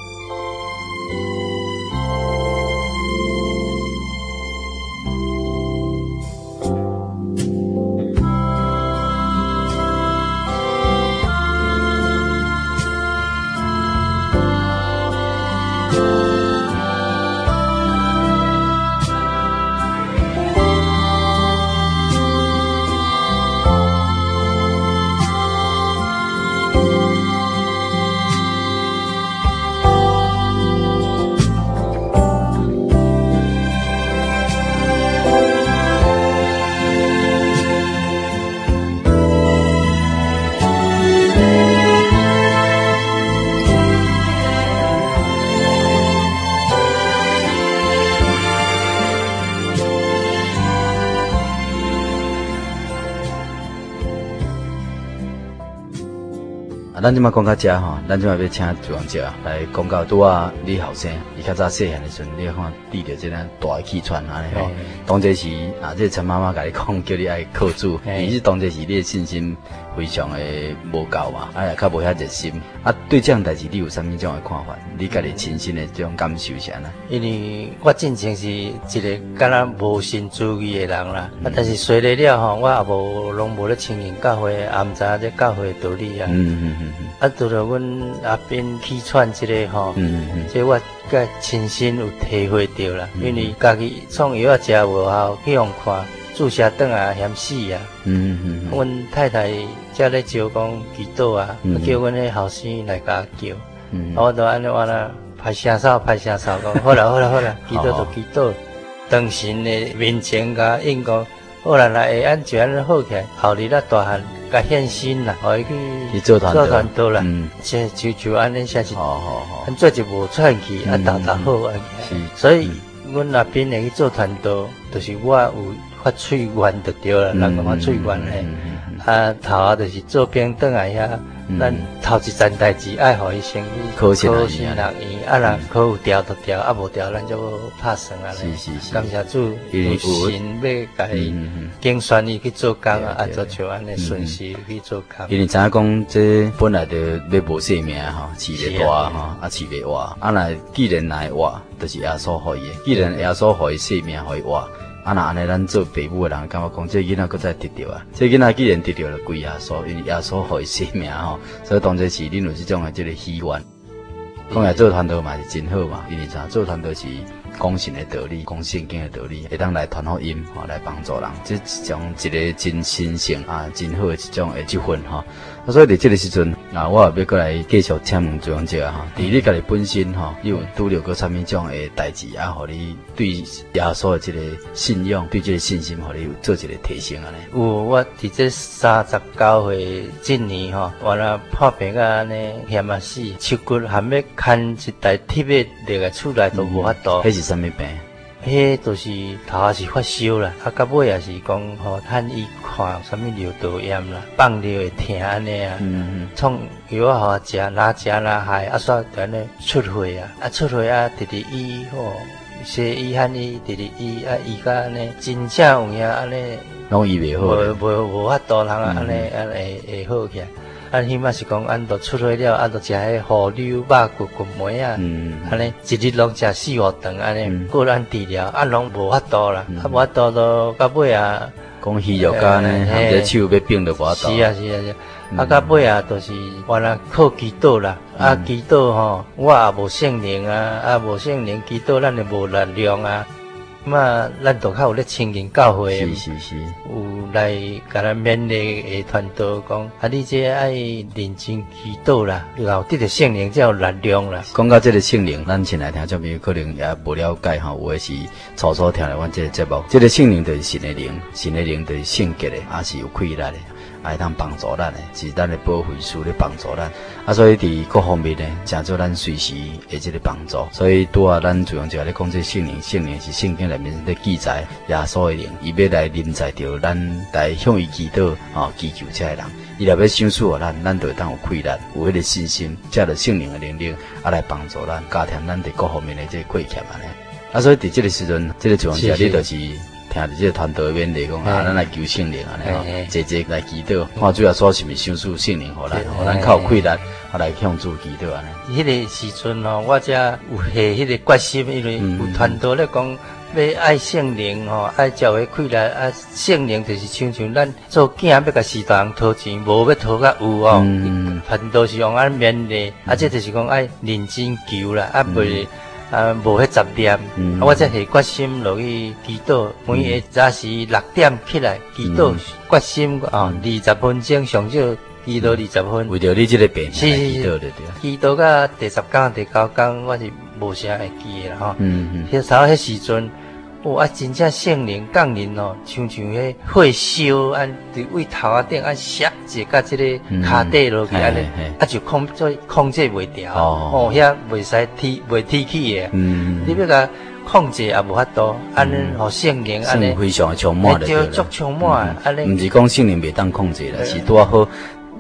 咱即马讲到遮吼，咱即马要请主王姐来讲到拄啊，你后生，伊较早细汉的时阵，你看遇到即个大的气喘安尼吼，当这时啊，这陈妈妈甲你讲，叫你爱靠主，伊是当这时你的信心非常的无够嘛，啊也较无遐热心，啊对这样代志你有啥物种的看法？你家己亲身的这种感受是安那？ 因为我进前是一个敢若无信主义的人啦，啊但是随来了吼，我也无拢无咧亲近教会，也毋知影这教会的道理啊。嗯嗯嗯嗯。啊，除了阮阿斌气喘即个吼，嗯嗯嗯，这我甲亲身有体会到啦，因为家己创药啊食无效，去互看注射转来嫌死啊。嗯嗯嗯。阮太太才咧招讲祈祷啊，叫阮迄后生来甲我叫，嗯，我都安尼话啦，拍声哨拍声哨讲，好啦好啦好啦，祈祷就祈祷，当神的面前甲应讲，好啦来会安就安尼好起来，后日啊大汉。甲献身啦，互伊去去做团做团队啦， 嗯， 这就就安尼下是， 好好好， 咱做就无喘气，啊，达达好安尼，所以阮那边会去做团队，就是我有发喙愿就对啦，人讲发喙愿嘞，啊，头啊就是做兵倒来遐，咱头一站代志爱互伊先去考先人院，啊，若考有调就调，啊无调咱就拍算啊咧，是是是，感谢主，有神要甲伊竞选伊去做工啊，啊，做像安尼顺势去做工。 因为知影讲这本来就要无性命吼，饲袂大吼，啊饲袂活，啊若既然来活，就是耶稣互伊的，既然耶稣互伊性命互伊活。啊，那安尼，咱做父母的人感觉讲，这囡仔搁再得到啊！这囡仔既然得到了归耶稣，因为耶稣互伊生命吼，所以当这是恁有这种的这个希望。讲来做团队嘛是真好嘛，因为啥？做团队是讲神的道理，讲圣经的道理，会当来传福音吼，来帮助人，这一种一个真神圣啊，真好的一种的积分吼。啊，所以伫这个时阵啊，我也要过来继续请问朱阳姐啊，哈，伫你家己本身吼，你有拄着过啥物种的代志啊，互你对耶稣的这个信仰，对这个信心，互你有做一个提升安尼？ 有，我伫这三十九岁这年吼，我那破病啊安尼险啊死，手骨含要牵一台铁的落来厝内都无法度。 迄是啥物病？ 迄就是头也是发烧啦，啊，到尾也是讲吼，趁伊看啥物尿道炎啦，放尿会疼安尼啊，嗯嗯，创药啊，互我食，哪食哪害，啊，煞就安尼出血啊，啊，出血啊，直直医吼，西医汉医直直医，啊，医甲安尼，真正有影安尼， 拢医袂好， 无无无法度通啊，安尼安会会好起来。啊，起码是讲，按都出来了，按都食迄河溜肉骨骨梅啊，安尼一日拢食四五顿，安尼过咱治疗，啊，拢无法度啦，啊，无法度都到尾啊， 讲虚弱干呢，含着手要变都无法度。 是啊是啊是啊，啊，到尾啊，都是原来靠祈祷啦，啊，祈祷吼，我也无圣灵啊，啊，无圣灵祈祷，咱就无力量啊。嘛，咱都较有咧亲近教会， 是是是， 有来甲咱勉励的传道讲，啊，你这爱认真祈祷啦，然后得到圣灵才有力量啦。 讲到这个圣灵，咱前来听众朋友可能也无了解吼，有的是初初听了阮这个节目，这个圣灵就是神的灵，神的灵就是圣洁的，也是有气力的。会当帮助咱的，是咱的保惠师咧帮助咱，啊，所以伫各方面呢，诚做咱随时的这个帮助。所以拄啊，咱主要就咧讲这圣灵，圣灵是圣经里面咧记载耶稣的灵，伊要来临在着咱来向伊祈祷啊，祈求这个人，伊若要相信咱，咱就会当有气力，有迄个信心，借着圣灵的能力啊来帮助咱，加添咱伫各方面的这个亏欠安尼。啊，所以伫这个时阵，这个主要就你就是。听着这个团队勉励讲啊，咱来求圣灵安尼吼，坐坐来祈祷，看主要所是毋是相信圣灵，互咱，互咱较有气力，啊来向主祈祷安尼。 迄个时阵吼，我才有下迄个决心，因为有团队咧讲要爱圣灵吼，爱教会气力啊，圣灵就是亲像咱做囝要甲师大人讨钱，无要讨甲有哦，团队是用安勉励，啊，这就是讲爱认真求啦，啊袂。啊，无迄杂念，嗯、啊，我才下决心落去祈祷，每日早时六点起来祈祷，嗯、决心啊，二十分钟上少祈祷二十分。 为着你这个病，是是是，对对。 祈祷到第十天、第九天，我是无啥会记的啦吼。嗯嗯。迄时候迄时阵，哦啊，真正圣灵降临哦，像像迄火烧按伫位头啊顶按削一甲即个骹底落去安尼，啊就控做控制袂掉，哦遐袂使提袂提起的，你要甲控制也无法度，安尼互圣灵安尼非常的充满的， 就足充满安尼。 毋是讲圣灵袂当控制啦，是拄好。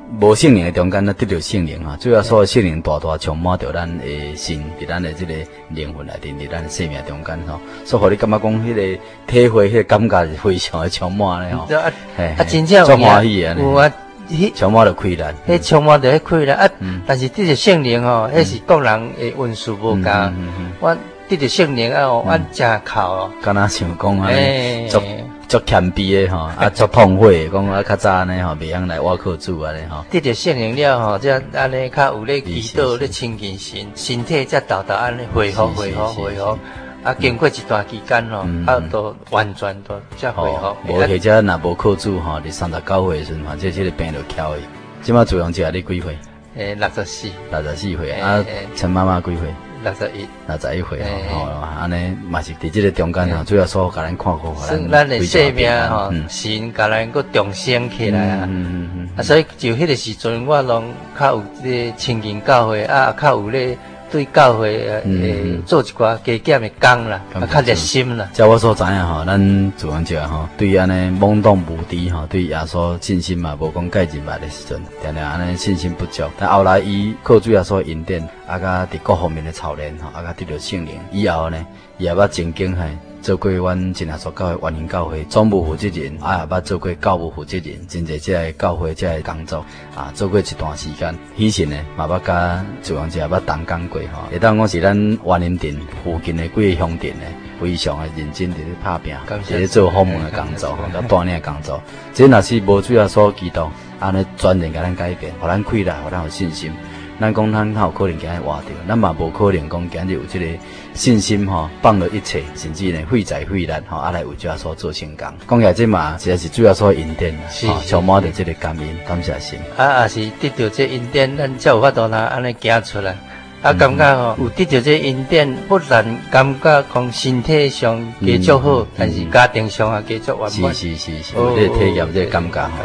无圣灵的中间，咱得到圣灵啊，主要所有圣灵大大充满着咱的心，伫咱的这个灵魂内底，伫咱的生命中间吼，所以互你感觉讲，迄个体会，迄个感觉是非常的充满咧吼。 啊嘿啊，真正足欢喜啊！ 有啊，迄充满着快乐。 迄充满着迄快乐啊嗯！ 但是得着圣灵吼，迄是各人的运数无共。 嗯嗯嗯我得着圣灵啊，哦，我真靠哦。 敢若像讲安尼， 哎， 足足谦卑的吼，啊足痛悔的，讲啊较早安尼吼，袂晓来挖靠主安尼吼。 得着圣灵了吼，这安尼较有咧祈祷咧亲近神，身体才豆豆安尼恢复恢复恢复。啊，经过一段期间吼，啊，都完全都才恢复。 无或者若无靠主吼，伫三十九岁的时阵，反正即个病就翘去。即马自用者你几岁？ 诶，六十四。 六十四岁啊，陈妈妈几岁？ 六十一。 六十一岁吼，吼，安尼嘛是伫即个中间吼，主要所甲咱看好， 算咱的生命吼，神甲咱个重生起来啊。嗯嗯嗯。啊，所以就迄个时阵，我拢较有咧亲近教会啊，较有咧。对教会诶做一寡加减的工啦，啊较热心啦。照我所知影吼，咱主人者吼，对于安尼懵懂无知吼，对耶稣信心嘛无讲介入捌的时阵，定定安尼信心不足。但后来伊靠主耶稣引导，啊甲伫各方面的操练吼，啊甲得到圣灵以后呢，伊也捌正经嘿。做过阮真耶稣教会、万人教会总务负责人，啊也捌做过教务负责人，真侪即个教会即个工作啊，做过一段时间。喜信呢，嘛捌甲主人者也捌同工过吼。会当讲是咱万人镇附近的几个乡镇呢，非常的认真伫咧拍拼，伫咧做访问的工作吼，甲锻炼的工作。这若是无主要所祈祷，安尼全然甲咱改变，互咱快乐，互咱有信心。咱讲咱较有可能今日活着，咱嘛无可能讲今日有这个信心吼，放了一切，甚至呢费财费力吼，啊来为主要所做成功。讲起来这嘛，实在是主要所引电啦，吼，充满着这个感恩，感谢神。 啊，也是得到这恩典，咱才有法度啦，安尼行出来。啊，感觉吼，有得到这恩典，不但感觉讲身体上加足好，但是家庭上也加足圆满。 是是是是，有这个体验，这个感觉吼。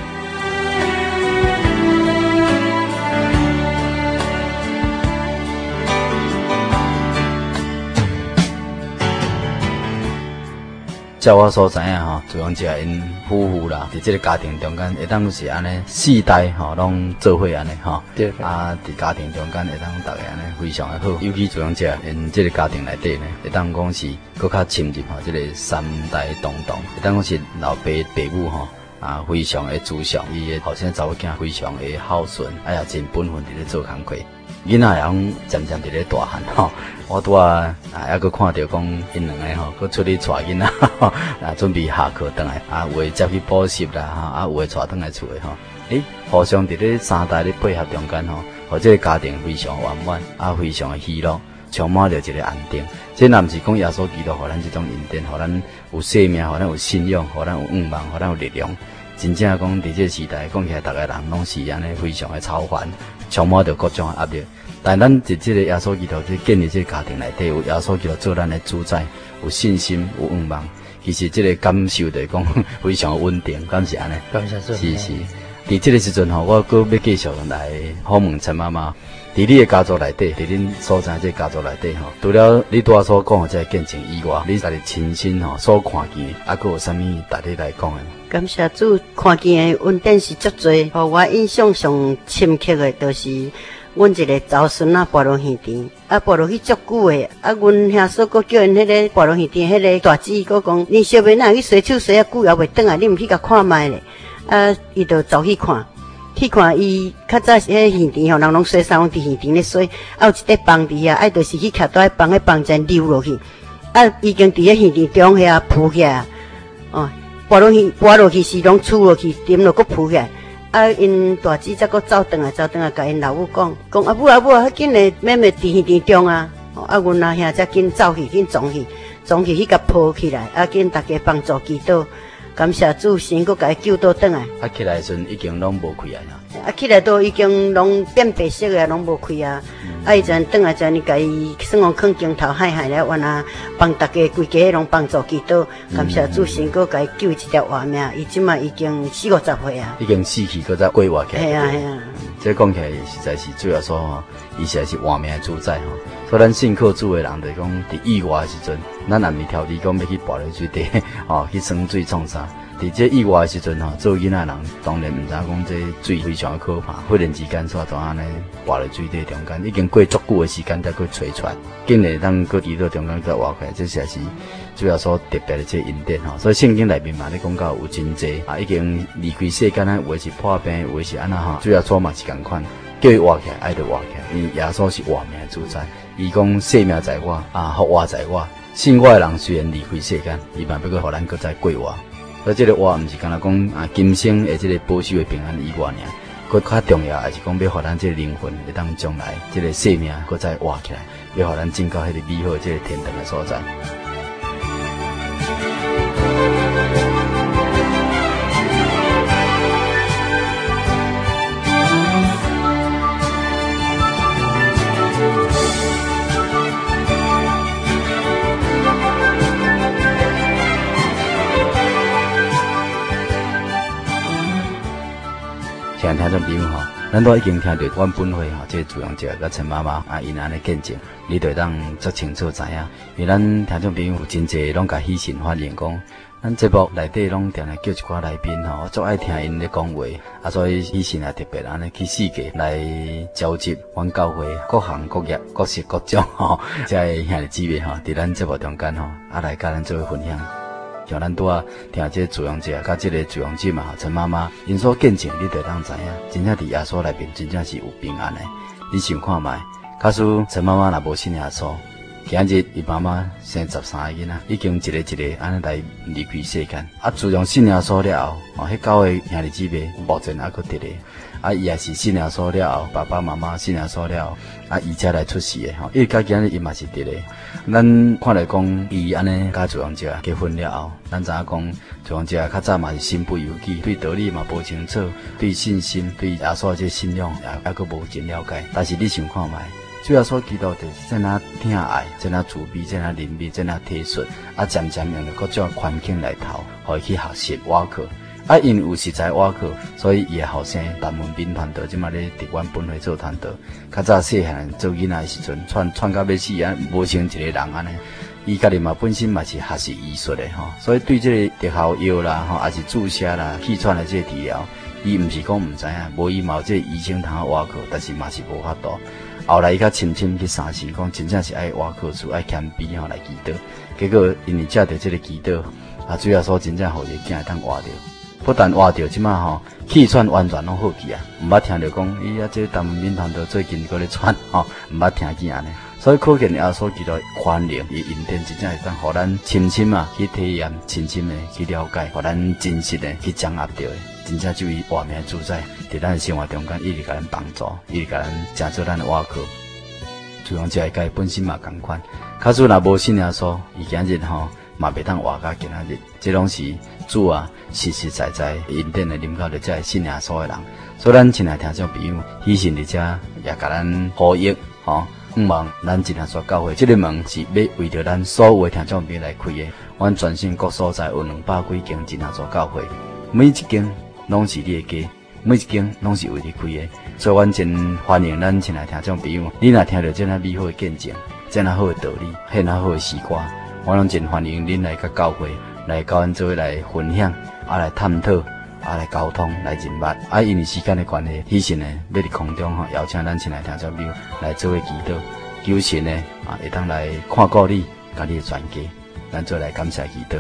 照我所知影吼，主要是因夫妇啦，伫这个家庭中间，会当是安尼四代吼，拢做伙安尼吼。对。啊，伫家庭中间会当大家安尼非常的好，尤其主要是因这个家庭内底呢，会当讲是更较深入吼，这个三代同堂，会当讲是老爸爸母吼。啊，非常的慈祥，伊的后生查某囝非常的孝顺，啊也真本分伫咧做工课。囡仔也拢渐渐伫咧大汉吼，我拄啊啊还佫看到讲因两个吼，佫出去带囡仔，啊准备下课倒来，啊有诶接去补习啦，哈啊有诶带倒来厝诶吼，诶，互相伫咧三代咧配合中间吼，或者家庭非常圆满，啊非常的喜乐，充满着一个安定。这若毋是讲耶稣基督互咱这种恩典，互咱有生命，互咱有信仰，互咱有愿望，互咱有力量。真正讲，伫这个时代，讲起来，逐个人拢是安尼非常的操烦，充满着各种的压力。但咱伫这个耶稣基督这建立这个家庭内底，有耶稣基督做咱的主宰，有信心，有愿望。其实这个感受就是讲非常稳定，敢是安尼？ 感谢主。 是是。伫这个时阵吼，我阁要继续来访问陈妈妈。伫你的家族内底，伫恁所在这家族内底吼，除了你拄仔所讲的这个见证以外，你家己亲身吼所看见，啊，佫有啥物大你来讲的？ 感谢主，看见的恩典是足多，互我印象上深刻的，就是阮一个祖孙啊，跋落县田，啊，跋落去足久的，啊，阮兄嫂佫叫因迄个跋落县田迄个大姊佫讲，你小妹哪去洗手洗啊久也袂转来，你毋去甲看卖咧？啊，伊就走去看。去看伊较早是迄县田吼，人拢洗衫拢伫县田咧洗，啊有一块房伫遐，啊就是去徛倒喺房，迄房才流落去，啊已经伫迄县田中遐铺起来，哦，跋落去跋落去是拢厝落去，沉落佫铺起来，啊因大姊则佫走转来走转来，甲因老母讲，讲啊母啊母啊，迄紧诶妹妹伫县田中啊，啊阮阿兄则紧走去，紧撞去，撞去去甲抱起来，啊紧大家帮助祈祷。感谢主，神佫甲伊救倒转来。 啊，起来时阵已经拢无开啊啦。 啊，起来都已经拢变白色个，拢无开啊。嗯、啊，伊阵转来阵，伊甲伊算讲囥镜头海海了，完啊，帮大家规家拢帮助祈祷。感谢主，神佫甲伊救一条活命，伊即马已经四五十岁啊。 已经死去，佫再规划起来。 系啊系啊。 这讲起来实在是主要说吼，伊实在是活命的主宰吼。所以咱信靠主的人，就是讲伫意外的时阵，咱也未挑剔讲要去跋落水底，吼去耍水创啥。 伫这意外的时阵吼，做囡仔人当然毋知讲这水非常可怕，忽然之间煞怎安尼活咧水底中间，已经过足久的时间才去吹出来，竟然当搁伫到中间再活开，这实在是主要所特别的这恩典吼。所以圣经内面嘛咧讲到有真济啊，已经离开世间啊，有的是破病，有的是安那吼，主要所嘛是共款，叫伊活起来，爱着活起来，因为耶稣是活命的主宰，伊讲生命在我啊，福活在我。信我的人虽然离开世间，伊嘛要搁互咱搁再过活。所以这个活毋是干那讲啊，今生的这个保守的平安以外尔，搁较重要还是讲要互咱这个灵魂会当将来这个生命搁再活起来，要互咱进到迄个美好的这个天堂的所在。听听众朋友吼，咱都已经听到阮本会吼，这个主养者甲陈妈妈啊，因安尼见证，你就当足清楚知影，因为咱听众朋友有真济拢甲喜讯发现讲，咱节目内底拢定来叫一寡来宾吼，我足爱听因咧讲话，啊，所以喜讯也特别安尼去世界来召集阮教会各行各业、各式各种吼，即个兄弟姊妹吼，伫咱节目中间吼，啊来甲咱做伙分享。像咱拄啊听这主养者，甲这个主养姐嘛，陈妈妈因所见证，你就当知影，真正伫耶稣内面真正是有平安的。你想看觅，假使陈妈妈若无信耶稣，今日伊妈妈生十三个囡仔，已经一个一个安尼来离开世间。啊，自从信耶稣了后，哦，迄九个兄弟姊妹目前还佫伫咧。啊，伊也是信耶稣了后，爸爸妈妈信耶稣了后，啊，伊才来出世的吼。伊到今日伊嘛是伫咧。咱看来讲，伊安尼甲主养者结婚了后，咱知影讲主养者较早嘛是身不由己，对道理嘛无清楚，对信心、对耶稣这信仰也还佫无真了解。但是你想看觅，主要所基督就是真啊疼爱，真啊慈悲，真啊怜悯，真啊体恤，啊渐渐用着各种环境来头，互伊去学习瓦课。啊，因有实在瓦课，所以伊的后生陈文彬团队即马咧伫阮本会做团队。较早细汉做囡仔的时阵，窜窜到要死啊，无成一个人安尼。伊家己嘛本身嘛是学习医术的吼，所以对这个特效药啦吼，还是注射啦、气喘的这个治疗，伊毋是讲毋知影，无伊嘛有这个医生通啊瓦课，但是嘛是无法度。后来伊较深深去三思，讲真正是爱瓦课术、爱谦卑吼来祈祷。结果因为借着这个祈祷，啊，主要说真正互伊囝当活着。不但活着，即马吼气喘完全拢好去啊！毋捌听着讲，伊啊这陈文彬团队最近搁咧喘吼，毋捌听见安尼。所以可见耶稣基督宽容伊恩典，真正会当互咱深深啊去体验，深深的去了解，互咱真实的去掌握着的，真正就伊活命主宰，伫咱的生活中间一直甲咱帮助，一直甲咱成做咱的瓦课。主要这个本身嘛共款，假使若无信耶稣，伊今日吼嘛袂当活到今仔日，这拢是主啊实实在在恩典的临到着这信耶稣的人。所以咱亲爱听众朋友，喜信伫遮也甲咱呼吁吼。希望咱真正所教会，这个门是要为着咱所有的听众朋友来开的。阮全省各所在有两百几间真正所教会，每一间拢是你的家，每一间拢是为你开的。所以阮真欢迎咱亲爱听众朋友，你若听到这样美好的见证，这样好的道理，迄样好的诗歌，我拢真欢迎恁来甲教会，来甲阮做伙来分享，啊来探讨。啊，来沟通，来认捌。啊，因为时间的关系，喜信呢要伫空中吼，邀请咱亲爱听众朋友来做伙祈祷，求神呢啊，会当来看顾你，甲你的全家，咱做来感谢祈祷。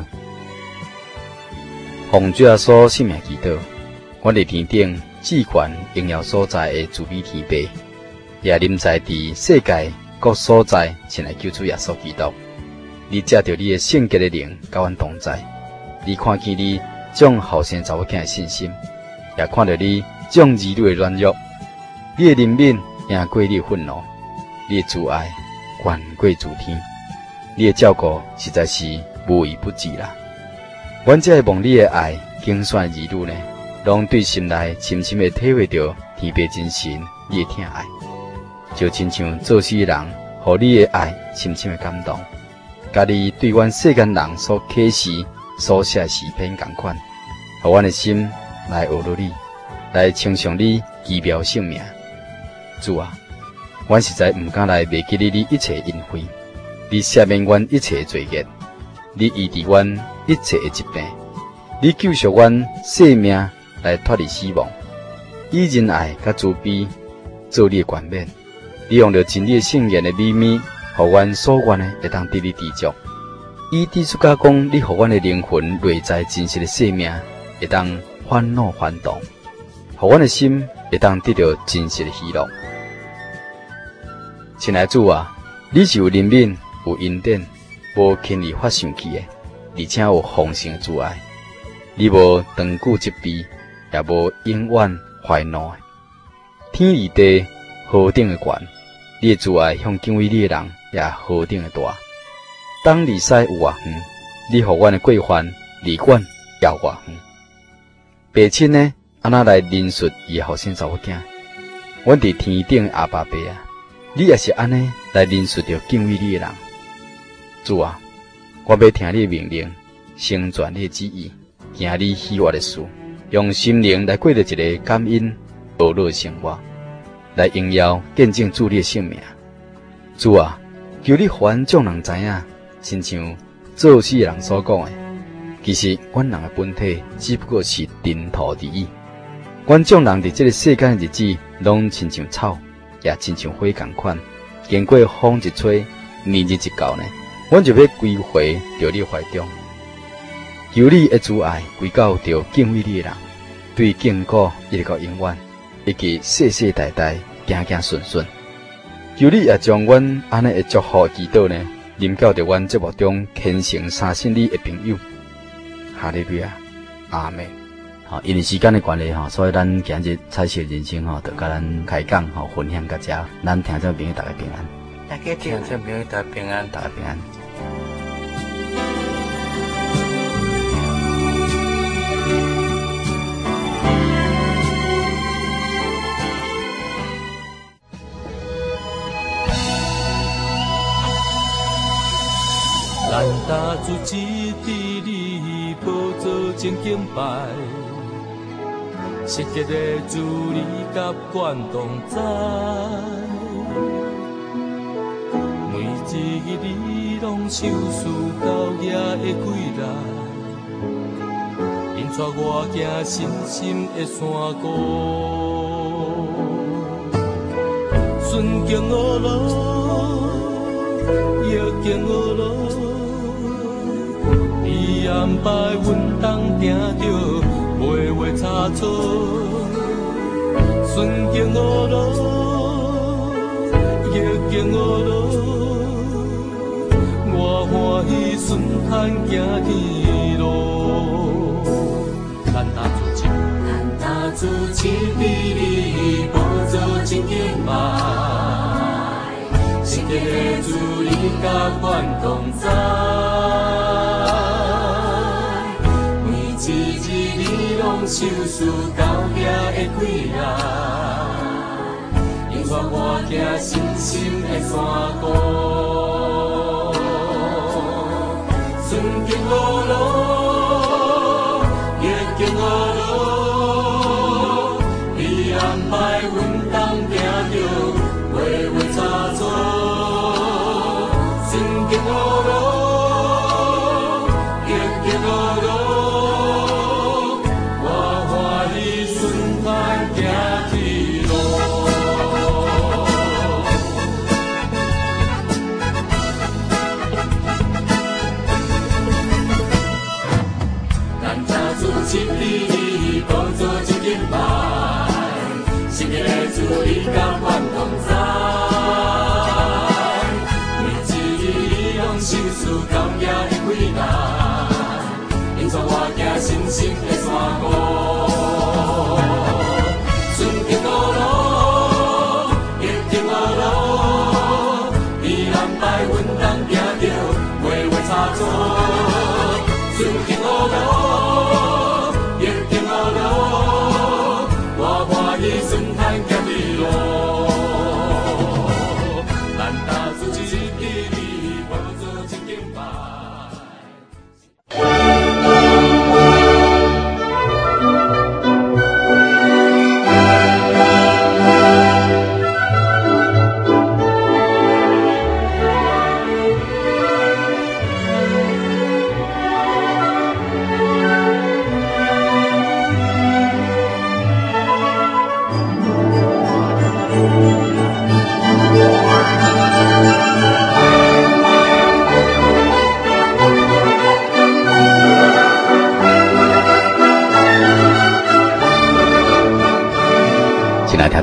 奉主耶稣性命祈祷，我伫天顶至权荣耀所在的主美天父，也临在伫世界各所在，前来救主耶稣基督。你借着你的圣洁的灵，甲阮同在。你看见你。将后生查某囝的信心，也看到你将儿女的软弱，你的怜悯赢过你的愤怒，你的慈爱远过诸天，你的照顾实在是无微不至啦。阮只会望你的爱，竞选儿女呢，拢对心内深深的体会到天父真神你的疼爱，就亲像做事的人，互你的爱深深的感动，甲你对阮世间人所启示。所写诗篇同款，互阮的心来学努你，来称颂你奇妙圣名。主啊，阮实在毋敢来忘记你你一切恩惠，你赦免阮一切罪孽，你医治阮一切的疾病， 你救赎阮生命来脱离死亡，以仁爱甲慈悲做你的冠冕。你用着真理圣言的美美，互阮所愿的会当得你知足。以知出加讲，你互阮的灵魂内在真实的生命会当欢乐欢动，互阮的心会当得到真实的喜乐。亲爱的主啊，你是有怜悯、有恩典、无轻易发生气的，而且有丰盛的主爱。你无长久责备，也无永远怀怒的。天离地何等的悬，你的主爱向敬畏你的人也何等的大。当离西有偌远，你互阮的过犯离阮也偌远。父亲呢，安那来认述伊后生查某囝？阮伫天顶的阿爸爸啊，你也是安尼来认述着敬畏你的人。主啊，我要听你的命令，成全你的旨意，行你喜悦的事，用心灵来过着一个感恩乐乐的生活，来荣耀见证主你的性命。主啊，求你互阮众人知影，亲像做事的人所讲的，其实阮人的本体只不过是尘土而已。阮众人伫这个世间的日子，拢亲像草，也亲像火同款，经过风一吹，年日一到呢，阮就要归回到你怀中。求你的慈爱归到着敬畏你的人，对坚固一直到永远，以及世世代代行行顺顺。求你也将阮安尼的祝福祈祷呢，临到着阮节目中虔诚相信你的朋友。哈利路亚，阿门。好，因为时间的关系哈，所以咱今日彩色人生哈，就甲咱开讲哈，分享到这，咱听众朋友大家平安， 大家听众朋友大家平安。 大家平安。 咱踏出一滴你宝座前敬拜，圣洁的主你甲阮同在，每一日你拢受事到夜的归来，引带我行信心的山谷，顺境恶路，逆境恶路。你安排阮当行着袂袂差错，顺境恶路，逆境恶路，我欢喜顺坦行天路。咱踏出一，咱踏出一比你宝座前敬拜，圣洁的主你甲阮同在。受事到夜的归来，引带我行信心的山谷，顺境恶路，逆境恶路，你安排阮当行着袂袂差错，顺境恶路，逆境恶路。一你宝座前敬拜，圣洁的主你甲阮同在，每一日你拢受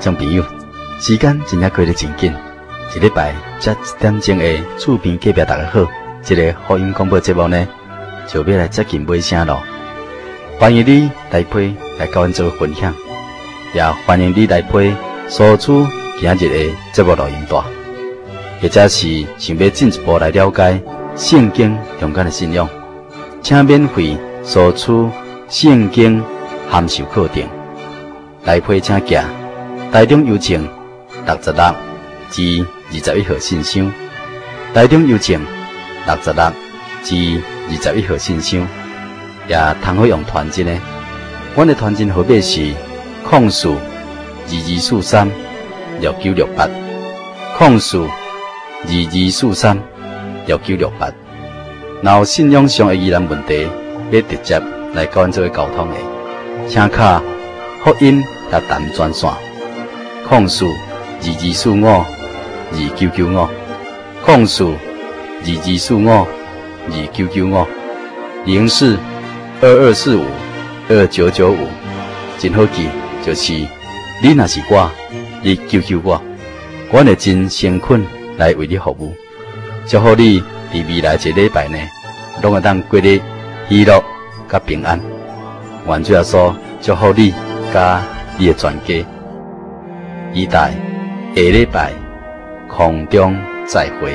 众朋友，时间真正过得真紧，一礼拜才一点钟的厝边隔壁大家好，这个福音广播节目呢，就要来接近尾声咯。欢迎你来陪来跟阮做分享，也欢迎你来陪所处今日的节目录音带，或者是想要进一步来了解圣经中间的信仰，请免费索取圣经函授课程，来陪请假台中邮政六十六至二十一号信箱，台中邮政六十六至二十一号信箱。也通好用传真的，阮的传真号码是空四二二四三六九六八，空四二二四三六九六八。若有信仰上的疑难问题，要直接来跟阮做沟通的，请卡福音甲谈专线，空四二二四五二九九五，空四二二四五二九九五，零四。二二四五二九九五，真好记，就是你若是我，你救救我，我会真诚恳来为你服务。祝福你伫未来一礼拜呢，拢会当过得喜乐甲平安。愿主耶稣祝福你甲你的全家，期待下礼拜空中再会。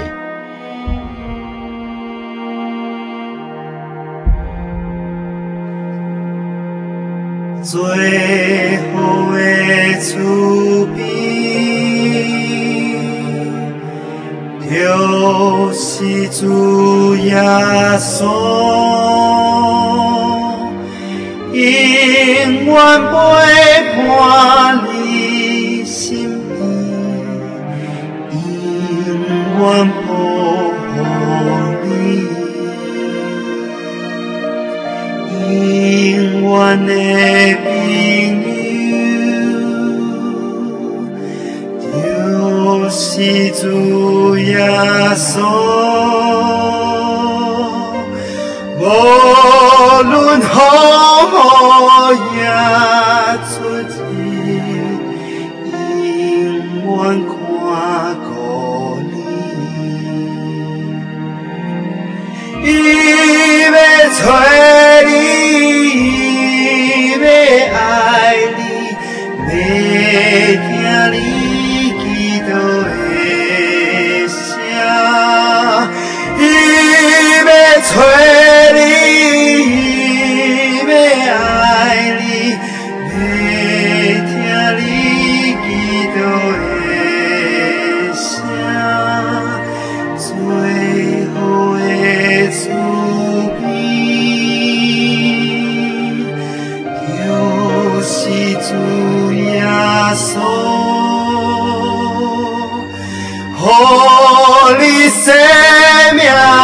最好的厝边，就是主耶稣，永远陪伴你身边，永远保护你。永远的朋友，就是主耶稣，无论风雨也出日，永远看顾你，伊要找你。爱你，要听你祈祷的声，伊要找你，要爱你，要听你祈祷的声，最好的厝边。是主耶稣，予你生命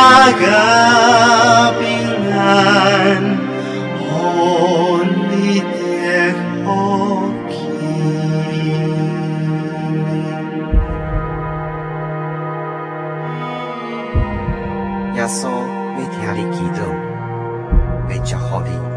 甲平安，予你得福气。耶稣要听你祈祷，要祝福你。